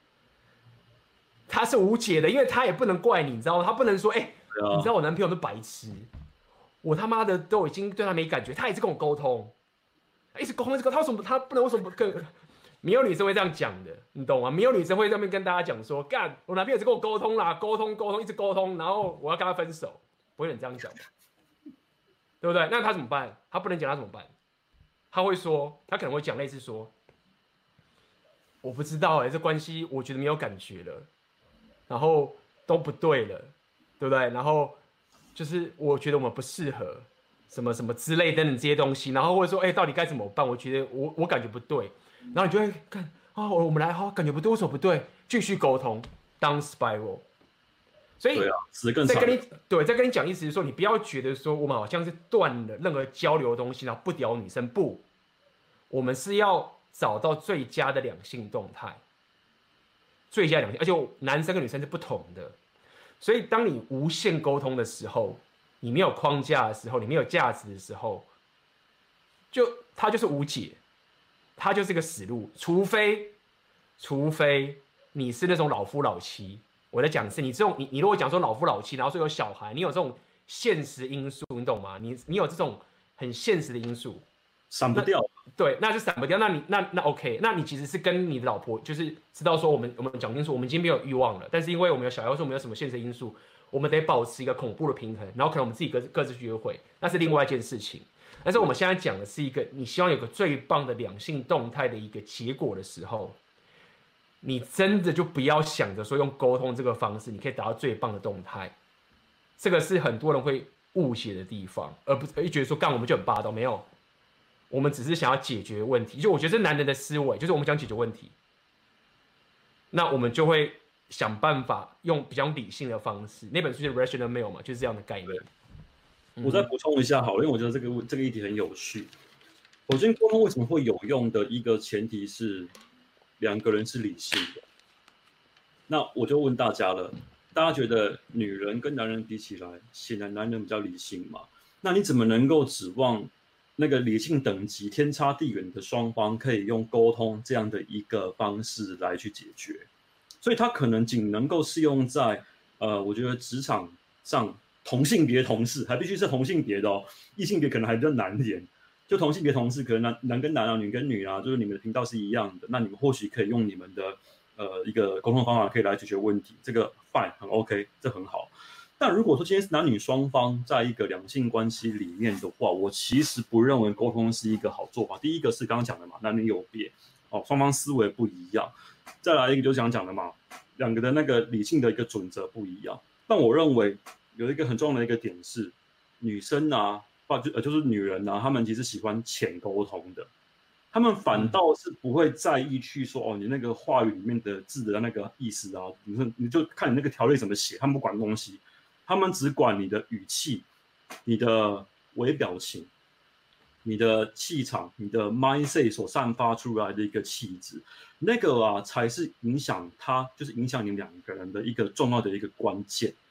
她是无解的，因为她也不能怪你，你知道吗？她不能说，哎、欸，啊、你知道我男朋友是白痴，我他妈的都已经对他没感觉，他一直跟我沟通，一直沟通，一直沟通，他为什么他不能为什么不跟？没有女生会这样讲的，你懂吗？没有女生会在那边跟大家讲说，干，我男朋友是跟我沟通啦，沟通沟通，一直沟通，然后我要跟他分手，不会有人这样讲吧？对不对？那他怎么办？他不能讲，他怎么办？他会说，他可能会讲类似说，我不知道哎、欸，这关系我觉得没有感觉了，然后都不对了，对不对？然后就是我觉得我们不适合，什么什么之类等等这些东西，然后或者说，哎、欸，到底该怎么办？我觉得我我感觉不对。然后你就会看啊、哦，我们来哈、哦，感觉不对，为什么不对？继续沟通 ，down spiral。所以，再跟你对，再跟你讲意思是说，你不要觉得说我们好像是断了任何交流的东西，然后不屌女生，不，我们是要找到最佳的两性动态，最佳两性，而且男生跟女生是不同的。所以，当你无限沟通的时候，你没有框架的时候，你没有价值的时候，就它就是无解。它就是个死路，除非，除非你是那种老夫老妻。我在讲的是你这种，你你如果讲说老夫老妻，然后说有小孩，你有这种现实因素，你懂吗？你你有这种很现实的因素， 闪不掉。 对，那就闪不掉。那你那那 OK， 那你其实是跟你的老婆就是知道说我们我们讲清楚，我们已经没有欲望了，但是因为我们有小孩，或者我们有什么现实因素，我们得保持一个恐怖的平衡，然后可能我们自己各各自去约会，那是另外一件事情。但是我们现在讲的是一个，你希望有个最棒的两性动态的一个结果的时候，你真的就不要想着说用沟通这个方式，你可以达到最棒的动态。这个是很多人会误解的地方，而不是觉得说干我们就很霸道，没有，我们只是想要解决问题。就我觉得是男人的思维，就是我们想解决问题，那我们就会想办法用比较理性的方式。那本书是 Rational Male 嘛，就是这样的概念。 我再补充一下好了，因为我觉得这个这个议题很有趣。首先，沟通为什么会有用的一个前提是两个人是理性的。那我就问大家了，大家觉得女人跟男人比起来，显然男人比较理性嘛？那你怎么能够指望那个理性等级天差地远的双方可以用沟通这样的一个方式来去解决？所以它可能仅能够适用在呃，我觉得职场上。同性别同事还必须是同性别的哦，异性别可能还比较难一点。就同性别同事，可能男男跟男啊，女跟女啊，就是你们的频道是一样的，那你们或许可以用你们的呃一个沟通方法可以来解决问题，这个 fine 很 OK， 这很好。但如果说今天是男女双方在一个两性关系里面的话，我其实不认为沟通是一个好做法。第一个是刚刚讲的嘛，男女有别哦，双方思维不一样。再来一个就是讲讲的嘛，两个的那个理性的一个准则不一样。但我认为。有一个很重要的一个点是，女生啊，就呃就是女人啊，她们其实喜欢浅沟通的，她们反倒是不会在意去说哦，你那个话语里面的字的那个意思啊，你说你就看你那个条例怎么写，她们不管东西，她们只管你的语气、你的微表情、你的气场、你的 mindset 所散发出来的一个气质，那个啊才是影响他，就是影响你们两个人的一个重要的一个关键。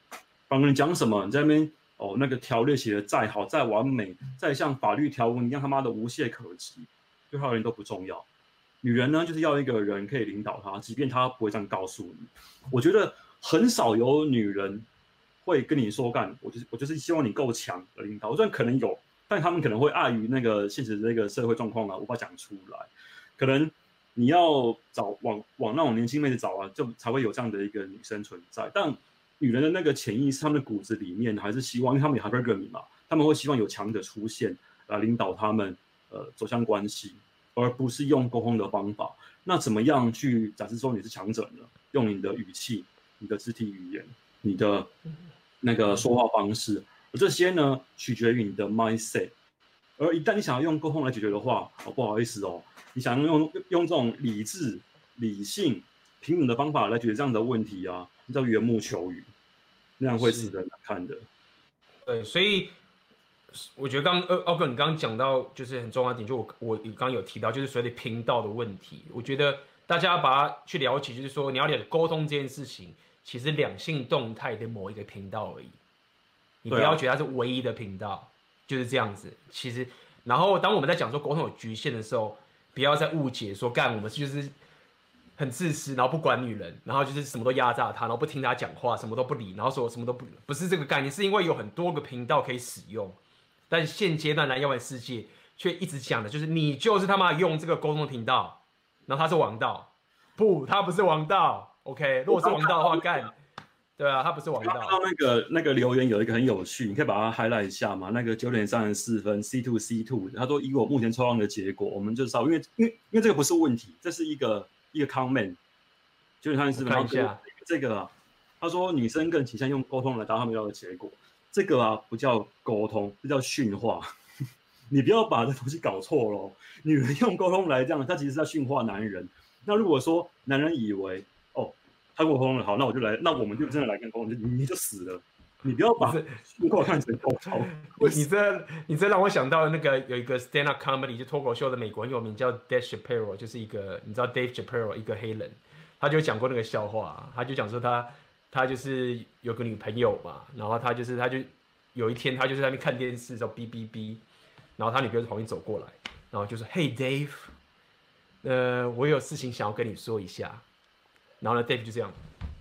反正你讲什么，你在那边哦，那个条例写的再好、再完美、再像法律条文一样他妈的无懈可击，对他而言都不重要。女人呢，就是要一个人可以领导她，即便她不会这样告诉你。我觉得很少有女人会跟你说干，我就是我就是希望你够强的领导。虽然可能有，但他们可能会碍于那个现实的那个社会状况啊，无法讲出来。可能你要找往往那种年轻妹子找啊，就才会有这样的一个女生存在。但女人的那个潜意识，他们的骨子里面还是希望，因为他们有 hypergamy 嘛，他们会希望有强的出现来领导他们呃走向关系，而不是用沟通的方法。那怎么样去展示说你是强者呢？用你的语气、你的肢体语言、你的那个说话方式，而这些呢，取决于你的 mindset。而一旦你想要用沟通来解决的话，哦，不好意思哦，你想用用这种理智、理性、平等的方法来解决这样的问题啊，你叫缘木求鱼，那样会死人难看的。 对，所以我觉得刚呃奥哥你刚刚讲到就是很重要的点，就我我刚刚有提到就是所谓的频道的问题，我觉得大家把它去了解，就是说你要了解沟通这件事情，其实两性动态的某一个频道而已，你不要觉得它是唯一的频道。就是这样子，其实，然后当我们在讲说沟通有局限的时候，不要再误解说干我们就是很自私，然后不管女人，然后就是什么都压榨她，然后不听她讲话，什么都不理，然后说什么都不不是这个概念，是因为有很多个频道可以使用，但现阶段蓝药丸世界却一直讲的就是你就是他妈用这个沟通的频道，然后他是王道，不，他不是王道 ，OK， 如果是王道的话干。对啊，他不是王道。 看到那个那个留言有一个很有趣，你可以把它 highlight 一下嘛。那个九点三十四分 C two C two， 他说以我目前抽样的结果，我们就知道，因为因为因为这个不是问题，这是一个一个 comment。九点三十四分， 看一下这个啊，他说女生更倾向用沟通来达到他们要的结果，这个啊不叫沟通，这叫驯化。你不要把这东西搞错咯。女人用沟通来这样，她其实是在驯化男人。那如果说男人以为哦。他跟我沟通了，好，那我就来，那我们就真的来跟沟通，你你就死了，你不要把训话看成沟通。 你这你这让我想到那个有一个 stand up comedy 就脱口秀的美国很有名叫 Dave Chappelle， 就是一个你知道 Dave Chappelle 一个黑人，他就讲过那个笑话，他就讲说他他就是有个女朋友嘛，然后他就是他就有一天他就是在那边看电视，叫哔哔哔，然后他女朋友从旁边走过来，然后就说 Hey Dave， 呃，我有事情想要跟你说一下。然后呢 ，Dave 就这样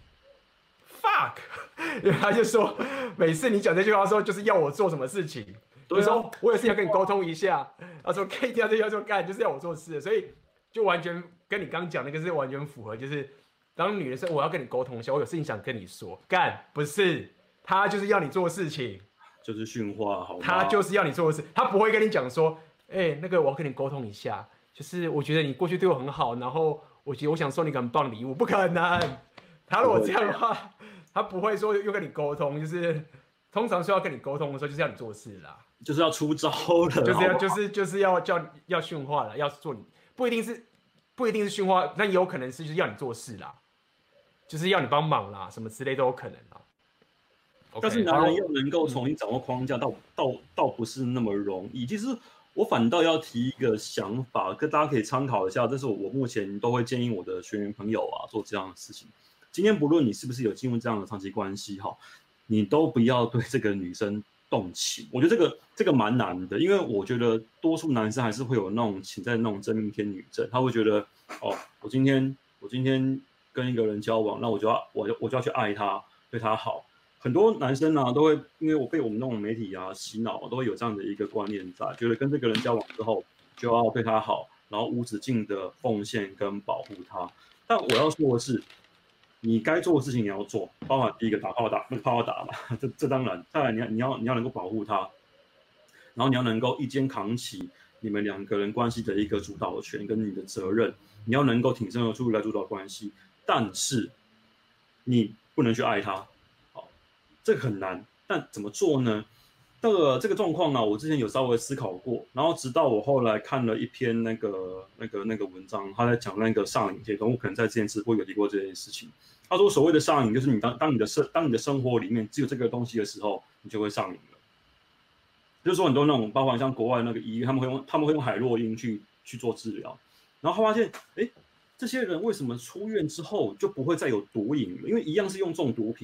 ，fuck， 因为他就说，每次你讲这句话的时候，就是要我做什么事情。我说我有事要跟你沟通一下。他说可以听到这句话就干，就是要我做事，所以就完全跟你刚刚讲那个是完全符合。就是当女人说我要跟你沟通一下，我有事情想跟你说，干不是，他就是要你做事情， 就是训话，好吗？ 他就是要你做事，他不会跟你讲说，哎、欸，那个我要跟你沟通一下，就是我觉得你过去对我很好，然后。我觉得我想送你个很棒礼物，不可能。他如果这样的话，他不会说又跟你沟通，就是通常说要跟你沟通的时候，就是要你做事啦， 就是要出招了， 就是要就是就是要叫要训话了，要做你不一定是不一定是训话，那也有可能是就是要你做事啦，就是要你帮忙啦，什么之类都有可能啦。 但是男人要能够重新掌握框架，倒倒倒不是那么容易。其实。我反倒要提一个想法，跟大家可以参考一下。这是我目前都会建议我的学员朋友啊做这样的事情。今天不论你是不是有进入这样的长期关系哈，你都不要对这个女生动情。我觉得这个这个蛮难的，因为我觉得多数男生还是会有那种潜在的那种真命天女症，他会觉得哦，我今天我今天跟一个人交往，那我就要我就我就要去爱他，对他好。很多男生啊，都会因为我被我们那种媒体啊洗脑，都会有这样的一个观念在，觉得跟这个人交往之后就要对他好，然后无止境的奉献跟保护他。但我要说的是，你该做的事情你要做，包含第一个打炮打，那个炮打嘛，这这当然，当然你要你要你要能够保护他，然后你要能够一肩扛起你们两个人关系的一个主导权跟你的责任，你要能够挺身而出来主导关系，但是你不能去爱他。这个很难，但怎么做呢？这个这个状况呢，我之前有稍微思考过，然后直到我后来看了一篇那个那个那个文章，他在讲那个上瘾阶段，我可能在之前直播有提过这件事情。他说所谓的上瘾，就是你当当你的生当你的生活里面只有这个东西的时候，你就会上瘾了。就是说很多那种，包括像国外那个医院，他们会用他们会用海洛因去去做治疗，然后他发现，哎，这些人为什么出院之后就不会再有毒瘾了？因为一样是用这种毒品。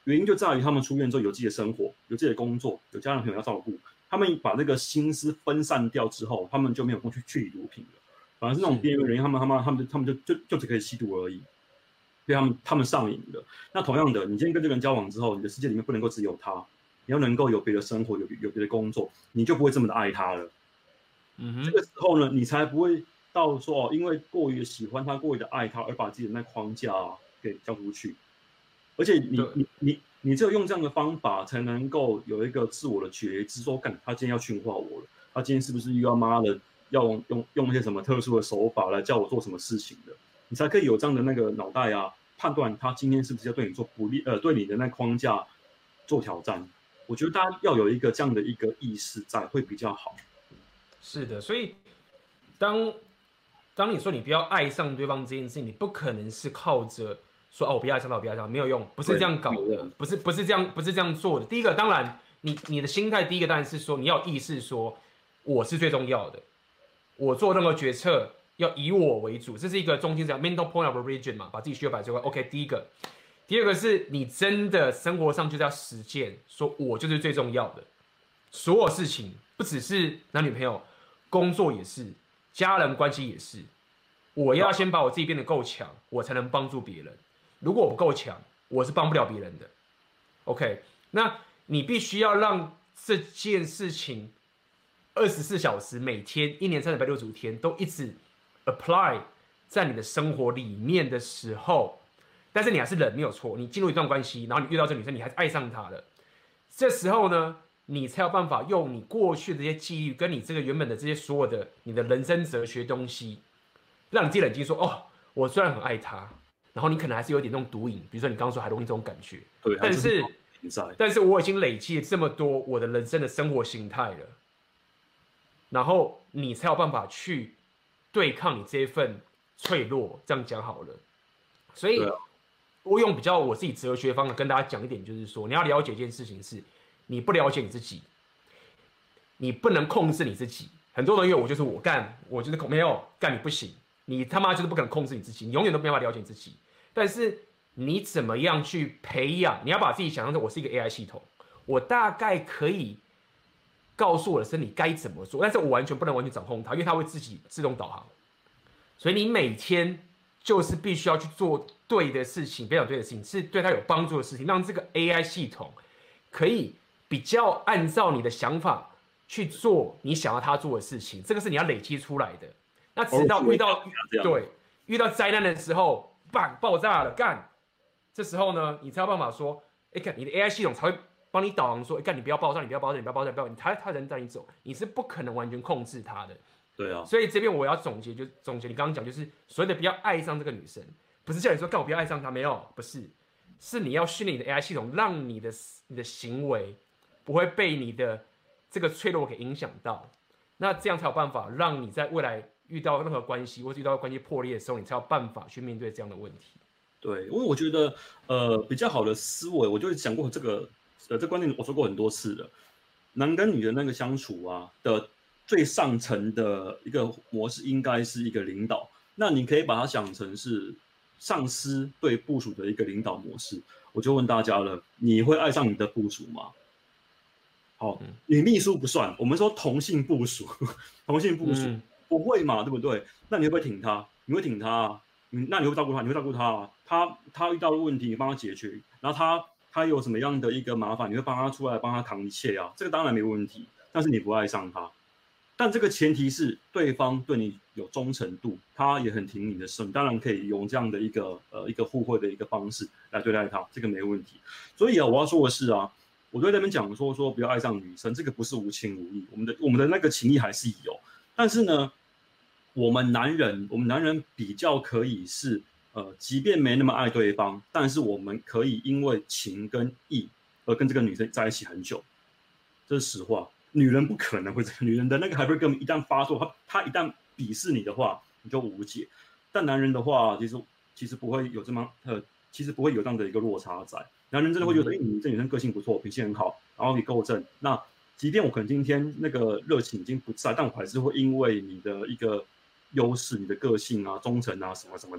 原因就在于他们出院之后有自己的生活，有自己的工作，有家人朋友要照顾，他们把这个心思分散掉之后，他们就没有空去去毒品了。反而是那种边缘人，他们他们他们他们就就就只可以吸毒而已，所以他们他们上瘾的。那同样的，你今天跟这个人交往之后，你的世界里面不能够只有他，你要能够有别的生活，有有别的工作，你就不会这么的爱他了。 嗯哼， 这个时候呢，你才不会到说哦，因为过于的喜欢他，过于的爱他，而把自己的那框架、啊、给交出去。而且你你你你只有用这样的方法，才能够有一个自我的觉知，说，干，他今天要驯化我了，他今天是不是又要妈的要用用用一些什么特殊的手法来叫我做什么事情的？你才可以有这样的那个脑袋啊，判断他今天是不是要对你做不利，呃，对你的那框架做挑战。我觉得大家要有一个这样的一个意识在，会比较好。 是的，所以当当你说你不要爱上对方这件事情，你不可能是靠着说哦，我不要爱上他，我不要爱上他，没有用，不是这样搞的，不是不是这样，不是这样做的。第一个，当然你你的心态，第一个当然是说你要有意识说我是最重要的，我做任何决策要以我为主，这是一个中心讲 mental point of origin 嘛，把自己需要摆最后。OK， 第一个，第二个是你真的生活上就是要实践，说我就是最重要的，所有事情不只是男女朋友，工作也是，家人关系也是，我要先把我自己变得够强，我才能帮助别人。如果我不够强，我是帮不了别人的。OK， 那你必须要让这件事情二十四小时、每天、一年三百六十五天都一直 apply 在你的生活里面的时候，但是你还是人，没有错。你进入一段关系，然后你遇到这女生，你还是爱上她了。这时候呢，你才有办法用你过去的这些记忆，跟你这个原本的这些所有的你的人生哲学东西，让你自己冷静说：哦，我虽然很爱她。然后你可能还是有点那种毒瘾，比如说你刚刚说海洛因这种感觉， 对， 但是但是我已经累积了这么多我的人生的生活形态了，然后你才有办法去对抗你这一份脆弱，这样讲好了。所以，我用比较我自己哲学方式跟大家讲一点，就是说你要了解一件事情是，你不了解你自己，你不能控制你自己。很多人以为我就是我干，我就是没有干你不行，你他妈就是不可能控制你自己，你永远都没办法了解你自己。但是你怎么样去培养？你要把自己想象成我是一个 A I 系统，我大概可以告诉我的身体该怎么做，但是我完全不能完全掌控它，因为它会自己自动导航。所以你每天就是必须要去做对的事情，非常对的事情，是对它有帮助的事情，让这个 A I 系统可以比较按照你的想法去做你想要它做的事情。这个是你要累积出来的。那直到遇到对遇到灾难的时候。棒爆炸了，干！这时候呢，你才有办法说，哎，看你的 A I 系统才会帮你导航说，哎，干你不要爆炸，你不要爆炸，你不要爆炸，不要，他他人带你走，你是不可能完全控制他的。 对啊。 所以这边我要总结，就总结你刚刚讲，就是所谓的不要爱上这个女生，不是叫你说干我不要爱上她，没有，不是，是你要训练你的 A I 系统，让你的你的行为不会被你的这个脆弱给影响到，那这样才有办法让你在未来。遇到任何关系，或是遇到关系破裂的时候，你才有办法去面对这样的问题。 对，因为我觉得，呃，比较好的思维，我就讲过这个，呃，这观念我说过很多次了。男跟女的那个相处啊的最上层的一个模式，应该是一个领导。那你可以把它想成是上司对部属的一个领导模式。我就问大家了，你会爱上你的部属吗？好，你秘书不算，我们说同性部属，同性部属。嗯不会嘛，对不对？那你会不会挺他？你会挺他啊？你那你会照顾他？你会照顾他啊？他他遇到的问题，你帮他解决。然后他他有什么样的一个麻烦，你会帮他出来，帮他扛一切啊？这个当然没问题。但是你不爱上他，但这个前提是对方对你有忠诚度，他也很挺你的时候，你当然可以用这样的一个呃一个互惠的一个方式来对待他，这个没问题。所以啊，我要说的是啊，我对那边讲说说不要爱上女生，这个不是无情无义，我们的我们的那个情谊还是有。但是呢，我们男人，我们男人比较可以是，呃，即便没那么爱对方，但是我们可以因为情跟义而跟这个女生在一起很久，这是实话。女人不可能会这样，女人的那个 hypergamy 一旦发作，她她一旦鄙视你的话，你就无解。但男人的话，其实其实不会有这么呃，其实不会有这样的一个落差在。男人真的会觉得，哎、嗯，你这女生个性不错，脾气很好，然后你够正，那。即便我可能今天那个热情已经不在，但我还是会因为你的一个优势、你的个性啊、忠诚啊什么什么的，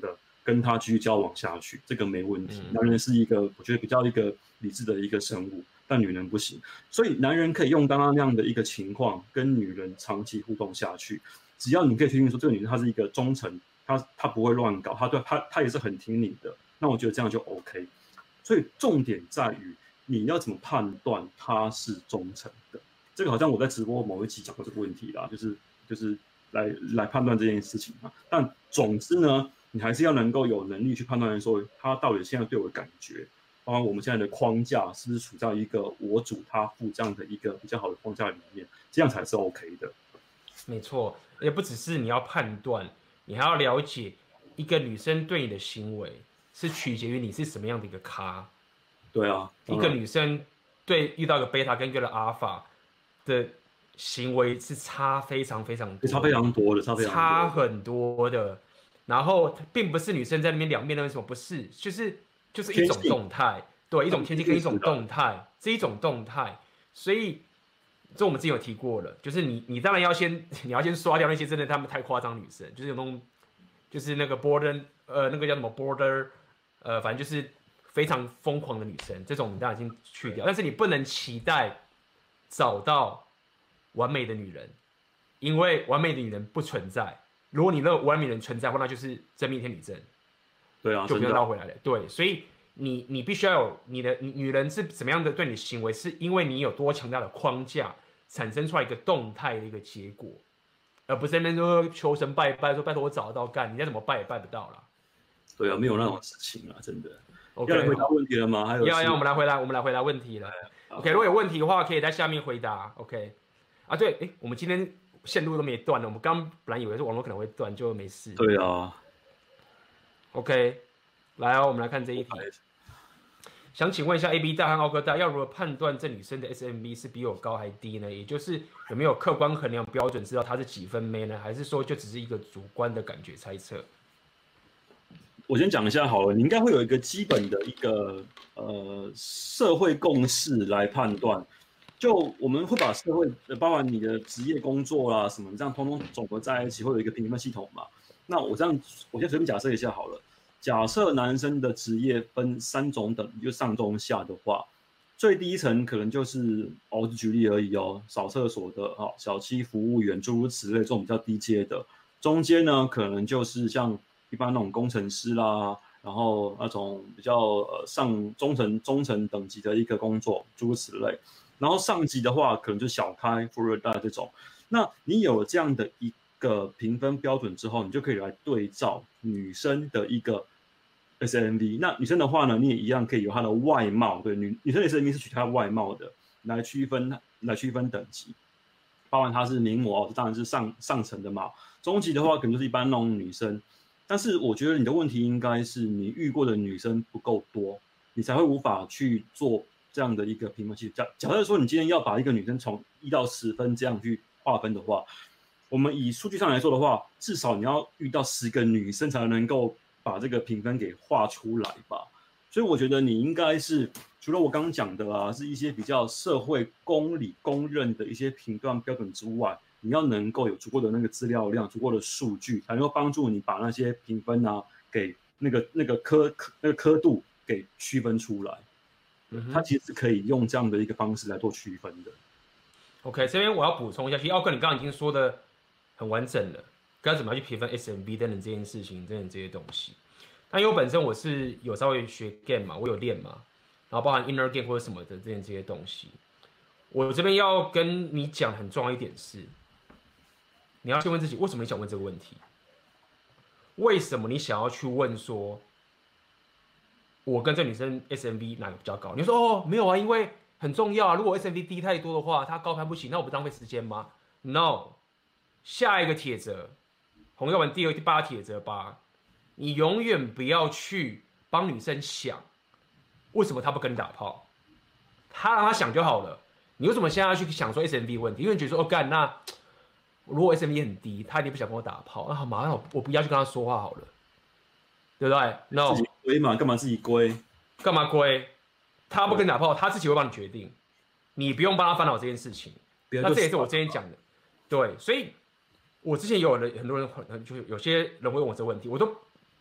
跟他继续交往下去，这个没问题。 嗯、 男人是一个我觉得比较一个理智的一个生物，但女人不行。所以男人可以用刚刚那样的一个情况跟女人长期互动下去，只要你可以确定说这个女人她是一个忠诚，她她不会乱搞，她对她她也是很听你的，那我觉得这样就 OK。所以重点在于你要怎么判断她是忠诚的。这个好像我在直播某一集讲过这个问题啦，就是就是来来判断这件事情嘛。但总之呢，你还是要能够有能力去判断说他到底现在对我的感觉，包括我们现在的框架是不是处在一个我主他负这样的一个比较好的框架里面，这样才是 OK 的。 没错，也不只是你要判断，你还要了解一个女生对你的行为是取决于你是什么样的一个咖。 对啊， 一个女生对遇到一个贝塔跟一个阿尔法的行为是差非常非常多， 差非常多的，差非常多的差很多的。然后并不是女生在那边两面都什么，不是，就是就是一种动态，对，一种天气跟一种动态，这一种动态。所以这我们之前有提过了，就是你你当然要先你要先刷掉那些真的他们太夸张女生，就是有那种就是那个 border 呃那个叫什么 border 呃反正就是非常疯狂的女生，这种你当然已经去掉，但是你不能期待找到完美的女人，因为完美的女人不存在。如果你认为完美人存在的话，那就是真命天女症。 对啊， 就不用绕回来了。对，所以你你必须要有你的女人是怎么样的对你的行为，是因为你有多强大的框架产生出来一个动态的一个结果，而不是那边说求神拜拜，说拜托我找得到干，你再怎么拜也拜不到啦。 对啊，没有那种事情啊，真的。 Okay, 要来回答问题了吗？还有要要我们来回答，我们来回答问题了。OK， 如果有问题的话，可以在下面回答。OK， 啊对，哎，我们今天线路都没断了，我们刚本来以为是网络可能会断，就没事。 对啊。 OK， 来哦，我们来看这一题。想请问一下 A B 大和奥克大，要如何判断这女生的 S M V 是比我高还低呢？也就是有没有客观衡量标准，知道她是几分妹呢？还是说就只是一个主观的感觉猜测？ 我先讲一下好了，你应该会有一个基本的一个呃社会共识来判断。就我们会把社会，包含你的职业工作啦什么，这样通通总合在一起，会有一个评分系统嘛。那我这样，我先随便假设一下好了。假设男生的职业分三种等级，就上中下的话，最低层可能就是哦，举例而已哦，扫厕所的哦，小七服务员诸如此类，这种比较低阶的。中间呢，可能就是像一般那种工程师啦，然后那种比较呃上中层中层等级的一个工作，诸如此类。然后上级的话，可能就小开、富二代这种。那你有了这样的一个评分标准之后，你就可以来对照女生的一个 S M V。那女生的话呢，你也一样可以有她的外貌，对，女女生的 S M V 是取她的外貌的来区分来区分等级，包含她是名模，当然是上上层的嘛。中级的话，可能就是一般那种女生。但是我觉得你的问题应该是你遇过的女生不够多，你才会无法去做这样的一个评分系统。假假设说你今天要把一个女生从一到十分这样去划分的话，我们以数据上来说的话，至少你要遇到十个女生才能够把这个评分给画出来吧。所以我觉得你应该是除了我刚刚讲的啊，是一些比较社会公理公认的一些评断标准之外，你要能够有足够的那个资料量、足够的数据，才能够帮助你把那些评分啊给那个那个科那个刻度给区分出来。嗯、它其实是可以用这样的一个方式来做区分的。 OK， 这边我要补充一下，其实奥克你刚刚已经说的很完整了，该怎么样去评分 S M V 等等这件事情，等等这些东西。但因为我本身我是有稍微学 game 嘛，我有练嘛，然后包含 inner game 或者什么的这些这些东西。我这边要跟你讲很重要一点是，你要先问自己，为什么你想问这个问题？为什么你想要去问说，我跟这女生 S M V 哪个比较高？你说哦，没有啊，因为很重要啊。如果 S M V 低太多的话，她高攀不起，那我不浪费时间吗 ？No。下一个帖则，红药丸第二第八帖则吧，你永远不要去帮女生想，为什么她不跟你打炮？她让她想就好了。你为什么现在要去想说 S M V 问题？因为你觉得说哦干，那如果 S M V 很低，她一定不想跟我打炮，那好麻烦，我不要去跟她说话好了，对不对 ？No， 自己归嘛，干嘛自己归？ 干嘛归？她不跟你打炮，她自己会帮你决定，你不用帮她烦恼这件事情。那这也是我之前讲的，对，所以。我之前有人很多人，就有些人会问我这个问题，我都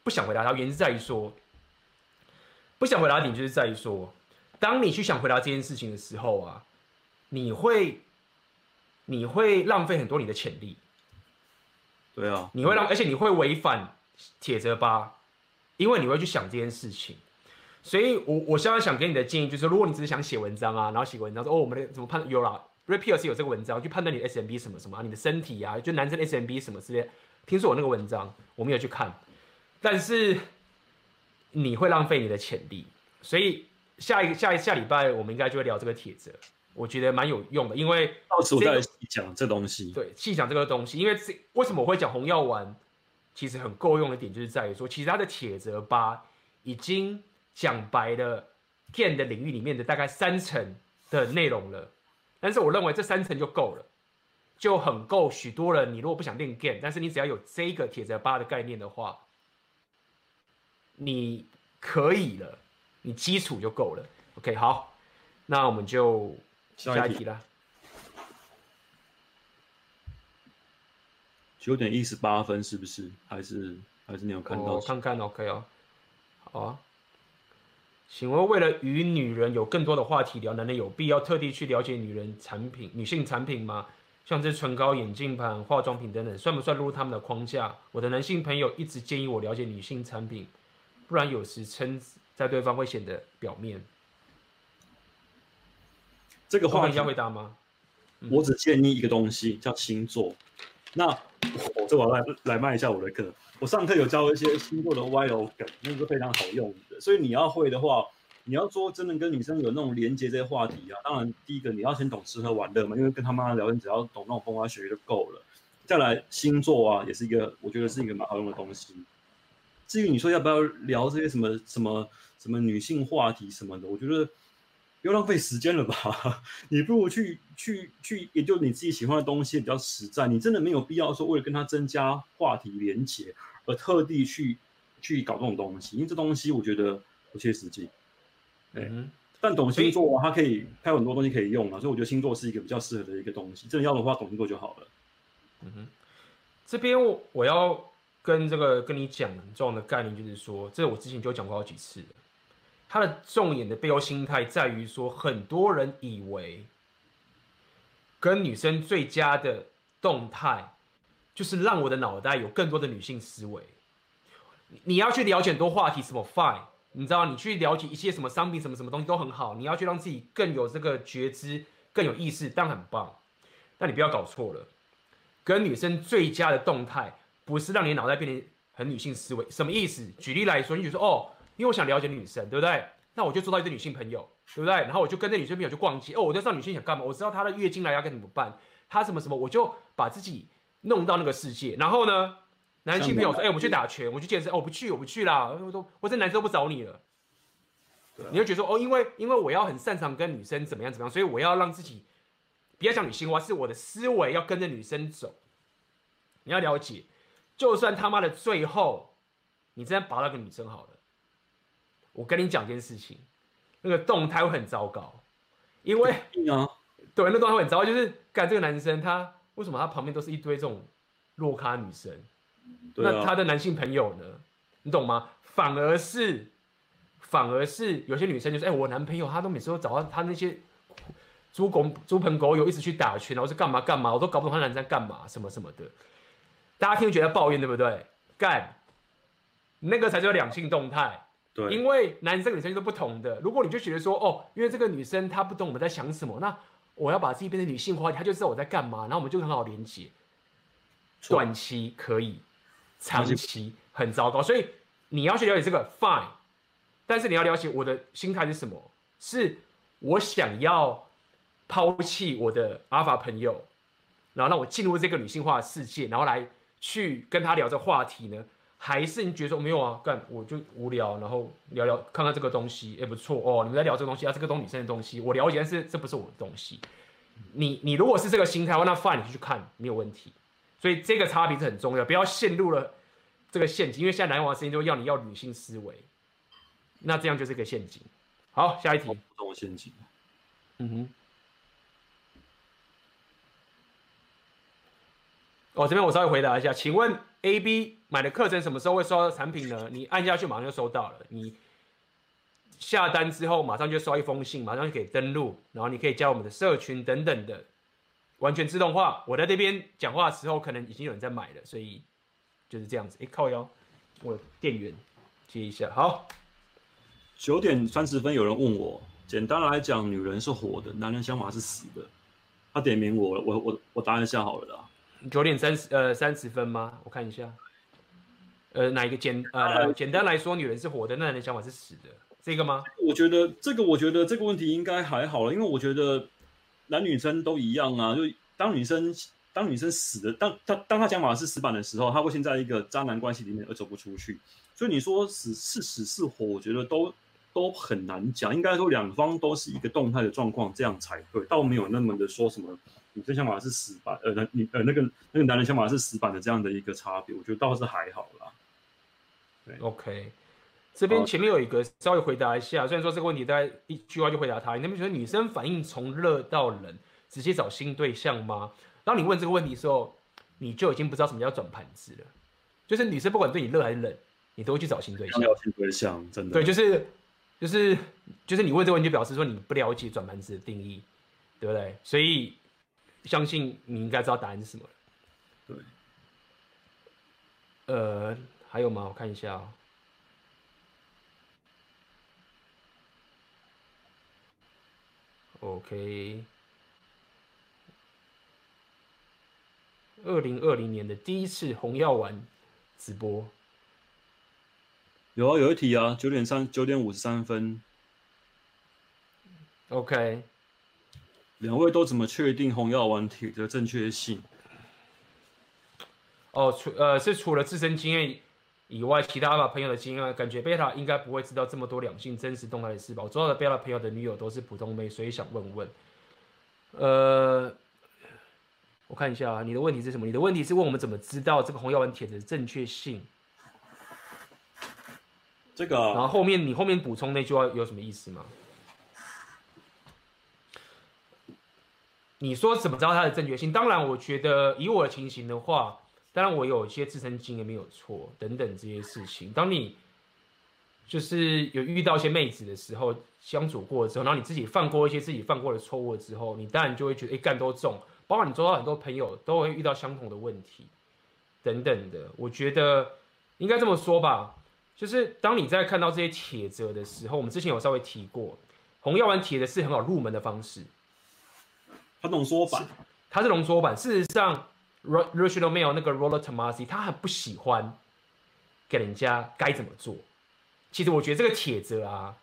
不想回答他，原因是在于说，不想回答点就是在于说，当你去想回答这件事情的时候啊，你会你会浪费很多你的潜力。 对啊， 你会让，而且你会违反铁则八，因为你会去想这件事情。所以我，我现在想给你的建议就是，如果你只是想写文章啊，然后写文章说哦，我们的怎么判有啦 ，Repeal 是有这个文章去判断你的 S M B 什么什么、啊，你的身体啊，就男生 S M B 什么之类。听说我那个文章我没有去看，但是你会浪费你的潜力。所以下一下一下礼拜我们应该就会聊这个铁则。我觉得蛮有用的，因为到时我再细讲这东西。 对，细讲这个东西，因为这为什么我会讲红药丸，其实很够用的点就是在于说，其实它的铁则八已经讲白了 game 的领域里面的大概三成的内容了，但是我认为这三成就够了，就很够许多人。你如果不想练 game， 但是你只要有这个铁则八的概念的话，你可以了，你基础就够了。OK， 好，那我们就。下一题了， 九点一十八分是不是？还是还是你有看到？ 我看看 ，OK 哦，好啊。请问，为了与女人有更多的话题聊，男人有必要特地去了解女人产品、女性产品吗？像这唇膏、眼镜盘、化妆品等等，算不算入他们的框架？我的男性朋友一直建议我了解女性产品，不然有时称在对方会显得表面。 这个话题要回答吗？ 我只建议一个东西，叫星座。那我这我来来卖一下我的课。我上课有教一些星座的歪楼梗，那个是非常好用的。所以你要会的话，你要说真的跟女生有那种连接这些话题啊，当然第一个你要先懂吃喝玩乐嘛，因为跟他妈聊天只要懂那种风花雪月就够了。再来星座啊，也是一个我觉得是一个蛮好用的东西。至于你说要不要聊这些什么什么什么女性话题什么的，我觉得。不要浪费时间了吧？你不如去去去研究你自己喜欢的东西，比较实在。你真的没有必要说为了跟他增加话题连结而特地去去搞这种东西，因为这东西我觉得不切实际。嗯，但懂星座啊，它可以它有很多东西可以用啊，所以我觉得星座是一个比较适合的一个东西。真的要的话，懂星座就好了。 嗯哼，这边我要跟这个跟你讲很重要的概念，就是说，这我之前就讲过好几次了。它的重点的背后心态在于说，很多人以为跟女生最佳的动态就是让我的脑袋有更多的女性思维。你要去了解很多话题，什么 fine， 你知道，你去了解一些什么商品、什么什么东西都很好。你要去让自己更有这个觉知、更有意识，当然很棒。但你不要搞错了，跟女生最佳的动态不是让你的脑袋变成很女性思维。什么意思？举例来说，你就说哦。因为我想了解女生，对不对？那我就做到一堆女性朋友，对不对？然后我就跟那女生朋友去逛街，哦，我就知道女性想干嘛，我知道她的月经来要该怎么办，她什么什么，我就把自己弄到那个世界。然后呢，男性朋友说，哎、欸，我们去打拳，我们去健身，哦，我不去，我不去啦，我说我这男生都不找你了。对啊、你会觉得说，哦，因为因为我要很擅长跟女生怎么样怎么样，所以我要让自己不要讲女性化，是我的思维要跟着女生走。你要了解，就算他妈的最后你真的把那个女生好了。我跟你讲一件事情，那个动态会很糟糕，因为啊， 对，那个动态会很糟糕，就是干这个男生他为什么他旁边都是一堆这种弱咖女生？ 对啊、 那他的男性朋友呢？你懂吗？反而是，反而是有些女生就说：“哎、欸，我男朋友他都每次都找到他那些猪狗猪朋狗友一直去打拳，然后是干嘛干嘛，我都搞不懂他男生在干嘛什么什么的。”大家听觉得抱怨对不对？干，那个才叫两性动态。 对， 因为男生女生都不同的。如果你就觉得说，哦，因为这个女生她不懂我们在想什么，那我要把自己变成女性化，她就知道我在干嘛，然后我们就很好连接。短期可以，长期很糟糕。所以你要去了解这个 fine， 但是你要了解我的心态是什么？是我想要抛弃我的阿法朋友，然后让我进入这个女性化的世界，然后来去跟他聊这个话题呢？还是你觉得说没有啊，干我就无聊，然后聊聊看看这个东西，也不错哦。你们在聊这个东西啊，这个都女生的东西，我了解，但是这不是我的东西。你你如果是这个心态，那 fine， 你去看没有问题。所以这个差别是很重要，不要陷入了这个陷阱，因为现在男王的声音就要你要女性思维，那这样就是一个陷阱。好，下一题。 不懂陷阱。 嗯哼。 哦，这边我稍微回答一下，请问 A B 买的课程什么时候会收到产品呢？你按下去马上就收到了，你下单之后马上就收到一封信，马上就可以登录，然后你可以加入我们的社群等等的，完全自动化。我在这边讲话的时候，可能已经有人在买了，所以就是这样子。哎，靠腰，我电源接一下，好。 九点三十分，有人问我，简单来讲，女人是活的，男人想法是死的。他点名我，我我我答一下好了啦。 九点三十呃三十分吗？我看一下。呃，哪一个简呃简单来说，女人是活的，那男人想法是死的，这个吗？ 我觉得这个，我觉得这个问题应该还好了，因为我觉得男女生都一样啊。就当女生当女生死的，当当当她想法是死板的时候，她会陷在一个渣男关系里面而走不出去。所以你说死是死是活，我觉得都。都很难讲，应该说两方都是一个动态的状况，这样才对，倒没有那么的说什么女生想法是死板，呃，你呃那个那个男人想法是死板的这样的一个差别，我觉得倒是还好啦。 对 ，OK， 这边前面有一个稍微回答一下，虽然说这个问题大概一句话就回答他，你那边觉得女生反应从热到冷，直接找新对象吗？当你问这个问题的时候，你就已经不知道什么叫转盘子了，就是女生不管对你热还是冷，你都会去找新对象。 要新对象，真的。 对，就是。就是就是你问这个问题，就表示说你不了解转盘子的定义，对不对？所以相信你应该知道答案是什么了。 对。 呃，还有吗？我看一下哦。OK。二零二零年的第一次红药丸直播。 有啊，有一题啊，九点三九点五十三分。 OK， 两位都怎么确定红药丸铁的正确性？ 哦，除呃是除了自身经验以外，其他的朋友的经验，感觉贝塔应该不会知道这么多两性真实动态的事吧？我知道的贝塔朋友的女友都是普通妹，所以想问问。呃，我看一下啊，你的问题是什么？你的问题是问我们怎么知道这个红药丸铁的正确性？ 这个、啊， 然后后面你后面补充那句话有什么意思吗？你说怎么知道它的正确性？当然，我觉得以我的情形的话，当然我有一些自身经验没有错，等等这些事情。当你就是有遇到一些妹子的时候，相处过之后，然后你自己犯过一些自己犯过的错误之后，你当然就会觉得，哎，干都中。包括你周遭很多朋友都会遇到相同的问题，等等的。我觉得应该这么说吧。就是当你在看到这些铁则的时候，我们之前有稍微提过，红药丸铁的是很好入门的方式。 它浓缩版， 它是浓缩版。事实上 ，Rational Male 那个 Rollo Tomasi 他很不喜欢给人家该怎么做。其实我觉得这个铁则啊，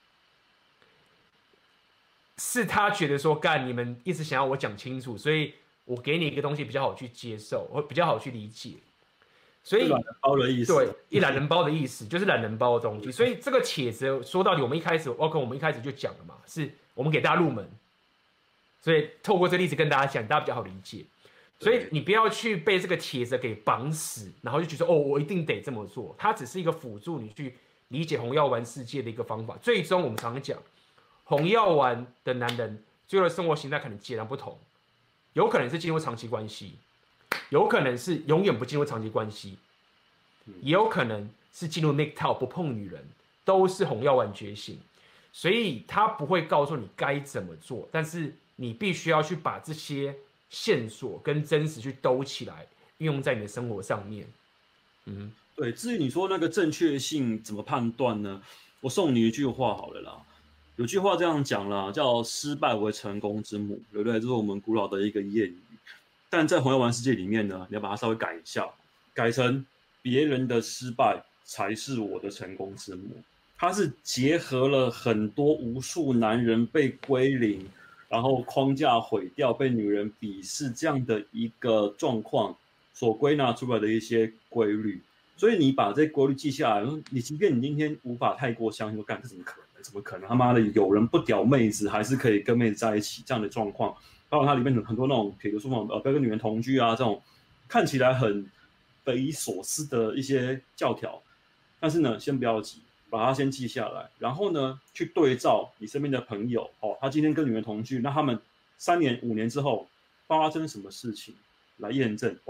是他觉得说干你们一直想要我讲清楚，所以我给你一个东西比较好去接受，或比较好去理解。所以懒人包的意思， 对，一懒人包的意思就是懒人包的东西。所以这个铁则说到底，我们一开始 OK， 我们一开始就讲了嘛，是我们给大家入门。所以透过这个例子跟大家讲，大家比较好理解。所以你不要去被这个铁则给绑死，然后就觉得哦，我一定得这么做。它只是一个辅助你去理解红药丸世界的一个方法。最终我们常常讲，红药丸的男人最后的生活形态可能截然不同，有可能是进入长期关系，有可能是永远不进入长期关系，也有可能是进入 M G T O W 不碰女人，都是红药丸觉醒。所以他不会告诉你该怎么做，但是你必须要去把这些线索跟真实去兜起来，运用在你的生活上面。嗯， 对。至于你说那个正确性怎么判断呢？我送你一句话好了啦。有句话这样讲啦，叫"失败为成功之母"，对不对？这是我们古老的一个谚语。但在红药丸世界里面呢，你要把它稍微改一下，改成别人的失败才是我的成功之母。它是结合了很多无数男人被归零，然后框架毁掉，被女人鄙视这样的一个状况所归纳出来的一些规律。所以你把这规律记下来，你即便你今天无法太过相信，说干这怎么可能？怎么可能？他妈的有人不屌妹子，还是可以跟妹子在一起这样的状况？包括它里面很多那种，比如说呃，不要跟女人同居啊，这种看起来很匪夷所思的一些教条。但是呢，先不要急。把它先记下来，然后呢，去对照你身边的朋友，哦，他今天跟女人同居，那他们三年、五年之后发生什么事情来验证？我、哦、干，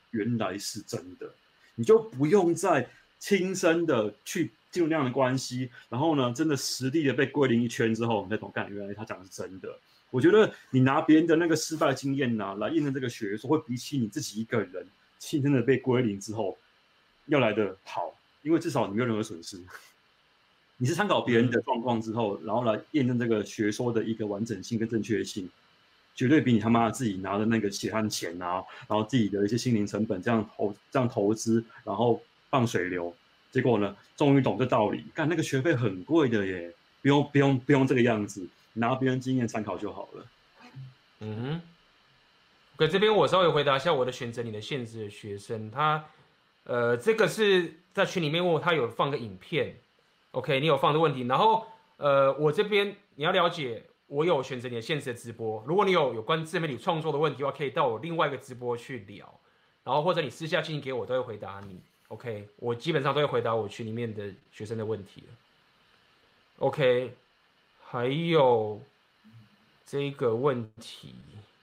原来是真的，你就不用再亲身的去进入那样的关系，然后呢，真的实地的被归零一圈之后，你才懂，干，原来他讲的是真的。我觉得你拿别人的那个失败经验呐、啊、来验证这个学说，会比起你自己一个人亲身的被归零之后要来的好，因为至少你没有任何损失。你是参考别人的状况之后，然后来验证这个学说的一个完整性跟正确性，绝对比你他妈自己拿的那个血汗钱啊，然后自己的一些心灵成本这样投这样投资，然后放水流，结果呢，终于懂这道理，干那个学费很贵的耶，不用不用不用这个样子，拿别人经验参考就好了。 嗯哼。可这边我稍微回答一下我的选择你的限制的学生，他呃这个是在群里面问我，他有放个影片。OK， 你有放的问题，然后呃，我这边你要了解，我有选择你的现实的直播。如果你有有关自媒体创作的问题的话，可以到我另外一个直播去聊，然后或者你私下进行给我，都会回答你。OK， 我基本上都会回答我群里面的学生的问题 OK， 还有这个问题，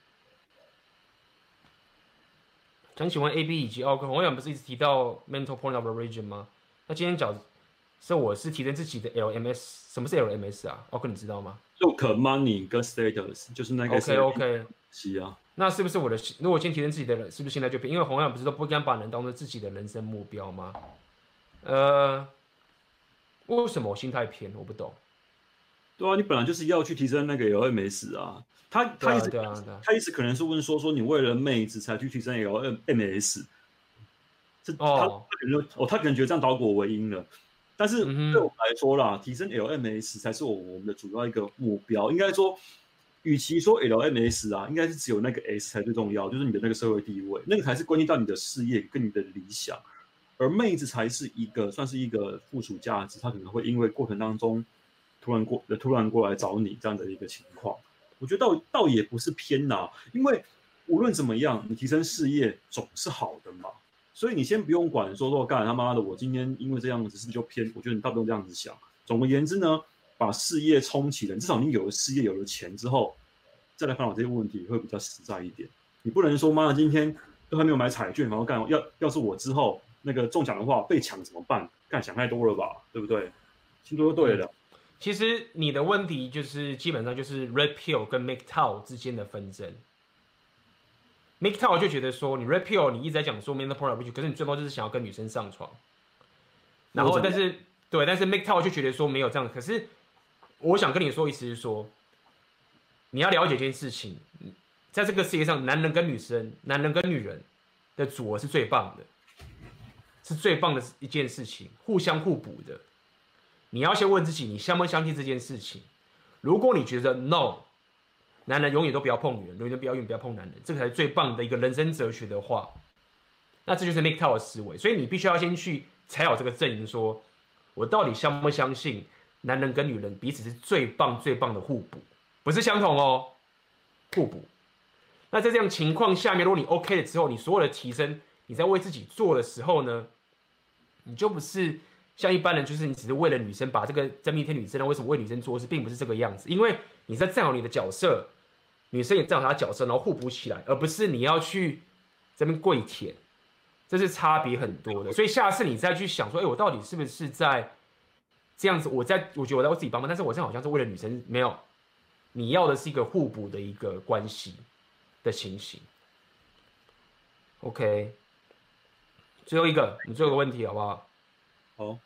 想请问 A B 以及奥克，我想不是一直提到 mental point of origin 吗？那今天讲。所以我是提升自己的 L M S， 什么是 L M S 啊？奥克，你知道吗 ？Look money 跟 status 就是那个 OK OK 是啊。 那是不是我的？如果今天提升自己的人，是不是现在就变？因为红亮不是都不敢把人当做自己的人生目标吗？呃，为什么我心态偏？我不懂。 对啊，你本来就是要去提升那个 L M S 啊。他他一直、 对啊对啊对啊、 他一直可能是问说说你为了妹子才去提升 L M S， 这他、 哦、 他可能哦他可能觉得这样倒果为因了。但是对我们来说啦，嗯、提升 L M S 才是我我们的主要一个目标。应该说，与其说 L M S 啊，应该是只有那个 S 才最重要，就是你的那个社会地位，那个才是关系到你的事业跟你的理想。而妹子才是一个算是一个附属价值，她可能会因为过程当中突然过突然过来找你这样的一个情况。我觉得倒倒也不是偏呐，因为无论怎么样，你提升事业总是好的嘛。所以你先不用管说说干他妈的，我今天因为这样子是不是就偏？我觉得你倒不用这样子想。总而言之呢，把事业冲起来，至少你有了事业有了钱之后，再来烦恼这些问题会比较实在一点。你不能说妈的今天都还没有买彩券，然后干要要是我之后那个中奖的话被抢怎么办？干想太多了吧，对不对？心多就对了。 嗯、其实你的问题就是基本上就是 Red Pill 跟 M G T O W 之间的纷争。M G T O W 就觉得说，你 Red Pill 你一直在讲说 mental point of view， 可是你最后就是想要跟女生上床，然后但是对，但是 M G T O W 就觉得说没有这样。可是我想跟你说，意思是说，你要了解一件事情，在这个世界上，男人跟女生、男人跟女人的组合是最棒的，是最棒的一件事情，互相互补的。你要先问自己，你相不相信这件事情？如果你觉得 no。男人永远都不要碰女人，女人不要永远不要碰男人，这个才是最棒的一个人生哲学的话。那这就是 M G T O W 的思维，所以你必须要先去踩好这个阵营，说我到底相不相信男人跟女人彼此是最棒最棒的互补，不是相同哦，互补。那在这样情况下面，如果你 OK 了之后，你所有的提升，你在为自己做的时候呢，你就不是像一般人，就是你只是为了女生把这个真命天女真的为什么为女生做事，并不是这个样子，因为你在站好你的角色。女生也站好她的角色，然后互补起来，而不是你要去这边跪舔，这是差别很多的。所以下次你再去想说，哎，我到底是不是在这样子？我在，我觉得我在为自己帮忙，但是我这样好像是为了女生，没有。你要的是一个互补的一个关系的情形。OK， 最后一个，你最后一个问题好不好？ 好。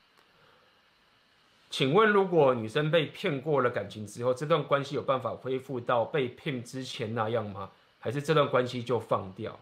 请问，如果女生被骗过了感情之后，这段关系有办法恢复到被骗之前那样吗？还是这段关系就放掉？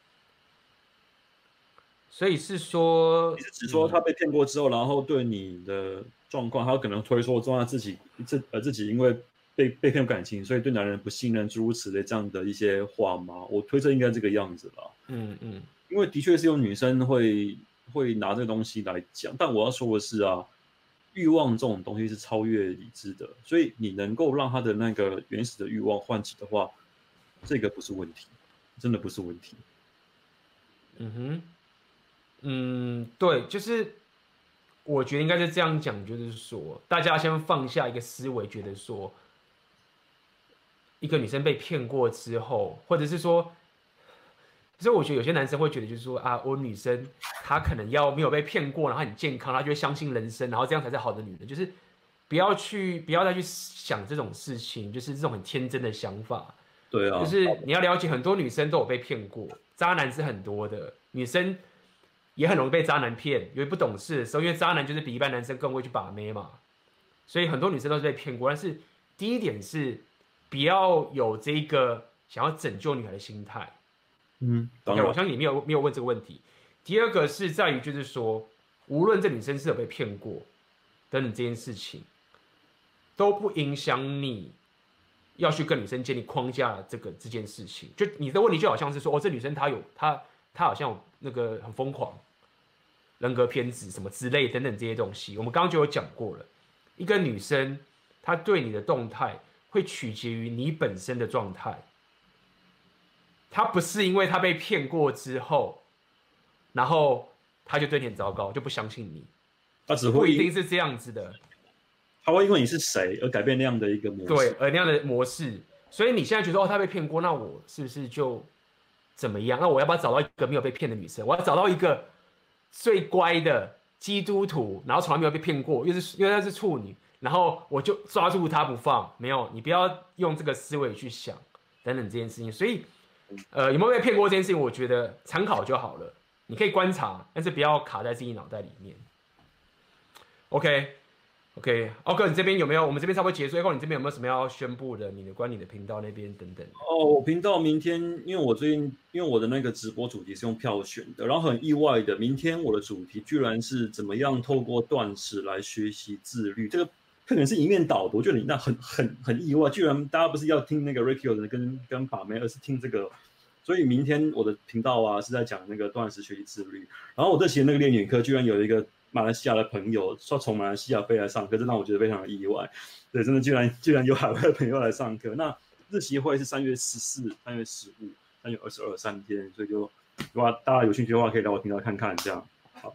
所以是说， 你是指说他被骗过之后，嗯、然后对你的状况，他可能推说说他自己自呃自己因为被被骗感情，所以对男人不信任，诸如此类这样的一些话吗？我推测应该这个样子吧。 嗯嗯， 因为的确是有女生会会拿这个东西来讲，但我要说的是啊。欲望这种东西是超越理智的，所以你能够让他的那个原始的欲望唤起的话，这个不是问题，真的不是问题。 嗯哼，嗯，对，就是我觉得应该是这样讲，就是说，大家先放下一个思维，觉得说，一个女生被骗过之后，或者是说， 所以我觉得有些男生会觉得就是说啊，我女生她可能要没有被骗过，然后很健康，她就会相信人生，然后这样才是好的女人。就是不要去不要再去想这种事情，就是这种很天真的想法。 对啊， 就是你要了解，很多女生都有被骗过，渣男是很多的，女生也很容易被渣男骗，因为不懂事的时候，因为渣男就是比一般男生更会去把妹嘛，所以很多女生都是被骗过。但是第一点是不要有这个想要拯救女孩的心态。 嗯，当 OK， 然， 我相信你没有没有问这个问题。第二个是在于就是说，无论这女生是有被骗过等等这件事情，都不影响你要去跟女生建立框架这个这件事情。就你的问题就好像是说，哦，这女生她有她她好像有那个很疯狂、人格偏执什么之类等等这些东西。我们刚刚就有讲过了，一个女生她对你的动态会取决于你本身的状态。他不是因为他被骗过之后，然后他就对你很糟糕，就不相信你。 他只会不一定是这样子的， 他会因为你是谁而改变那样的一个模式。 对，而那样的模式。所以你现在觉得哦，他被骗过，那我是不是就怎么样？那我要不要找到一个没有被骗的女生？我要找到一个最乖的基督徒，然后从来没有被骗过，又是因为她是处女，然后我就抓住她不放。没有，你不要用这个思维去想等等这件事情。所以。呃，有没有被骗过这件事情？我觉得参考就好了，你可以观察，但是不要卡在自己脑袋里面。OK，OK， 奥哥，你这边有没有？我们这边差不多结束，以后你这边有没有什么要宣布的？你的关你的频道那边等等。 哦，我频道明天，因为我最近因为我的那个直播主题是用票选的，然后很意外的，明天我的主题居然是怎么样透过断食来学习自律。这个可能是一面倒的，我觉得你那很很很意外，居然大家不是要听那个 Ricky 的跟跟把妹，而是听这个。所以明天我的频道啊是在讲那个断食学习自律。然后我这期的那个练女课居然有一个马来西亚的朋友说从马来西亚飞来上课，这让我觉得非常的意外。对，真的居然居然有海外的朋友来上课。那日期会是三月十四、三月十五、三月二十二三天，所以就如果大家有兴趣的话，可以来我频道看看。这样好。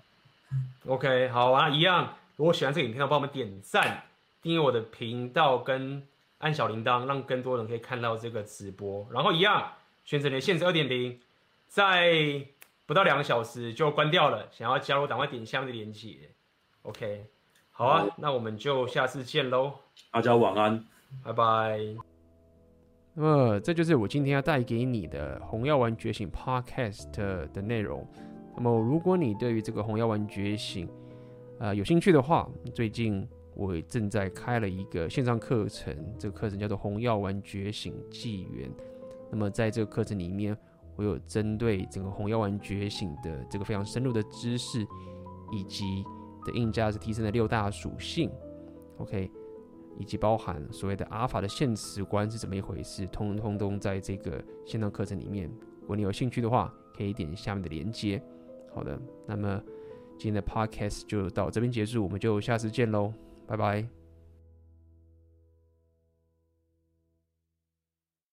OK， 好啊，一样。如果喜欢这个影片，帮我们点赞。订阅我的频道跟按小铃铛，让更多人可以看到这个直播。然后一样选择你的限制 二点零， 在不到两个小时就关掉了。想要加入，赶快点下面的连结。OK， 好啊，好，那我们就下次见喽。 大家晚安， 拜拜。 那么这就是我今天要带给你的《红药丸觉醒》Podcast 的内容。那么如果你对于这个《红药丸觉醒》呃有兴趣的话，最近我正在开了一个线上课程，这个课程叫做《红药丸觉醒纪元》。那么在这个课程里面，我有针对整个红药丸觉醒的这个非常深入的知识，以及的硬价值提升的六大属性 ，OK， 以及包含所谓的阿尔法的现实观是怎么一回事，通通都在这个线上课程里面。如果你有兴趣的话，可以点下面的连结。好的，那么今天的 Podcast 就到这边结束，我们就下次见喽。拜拜。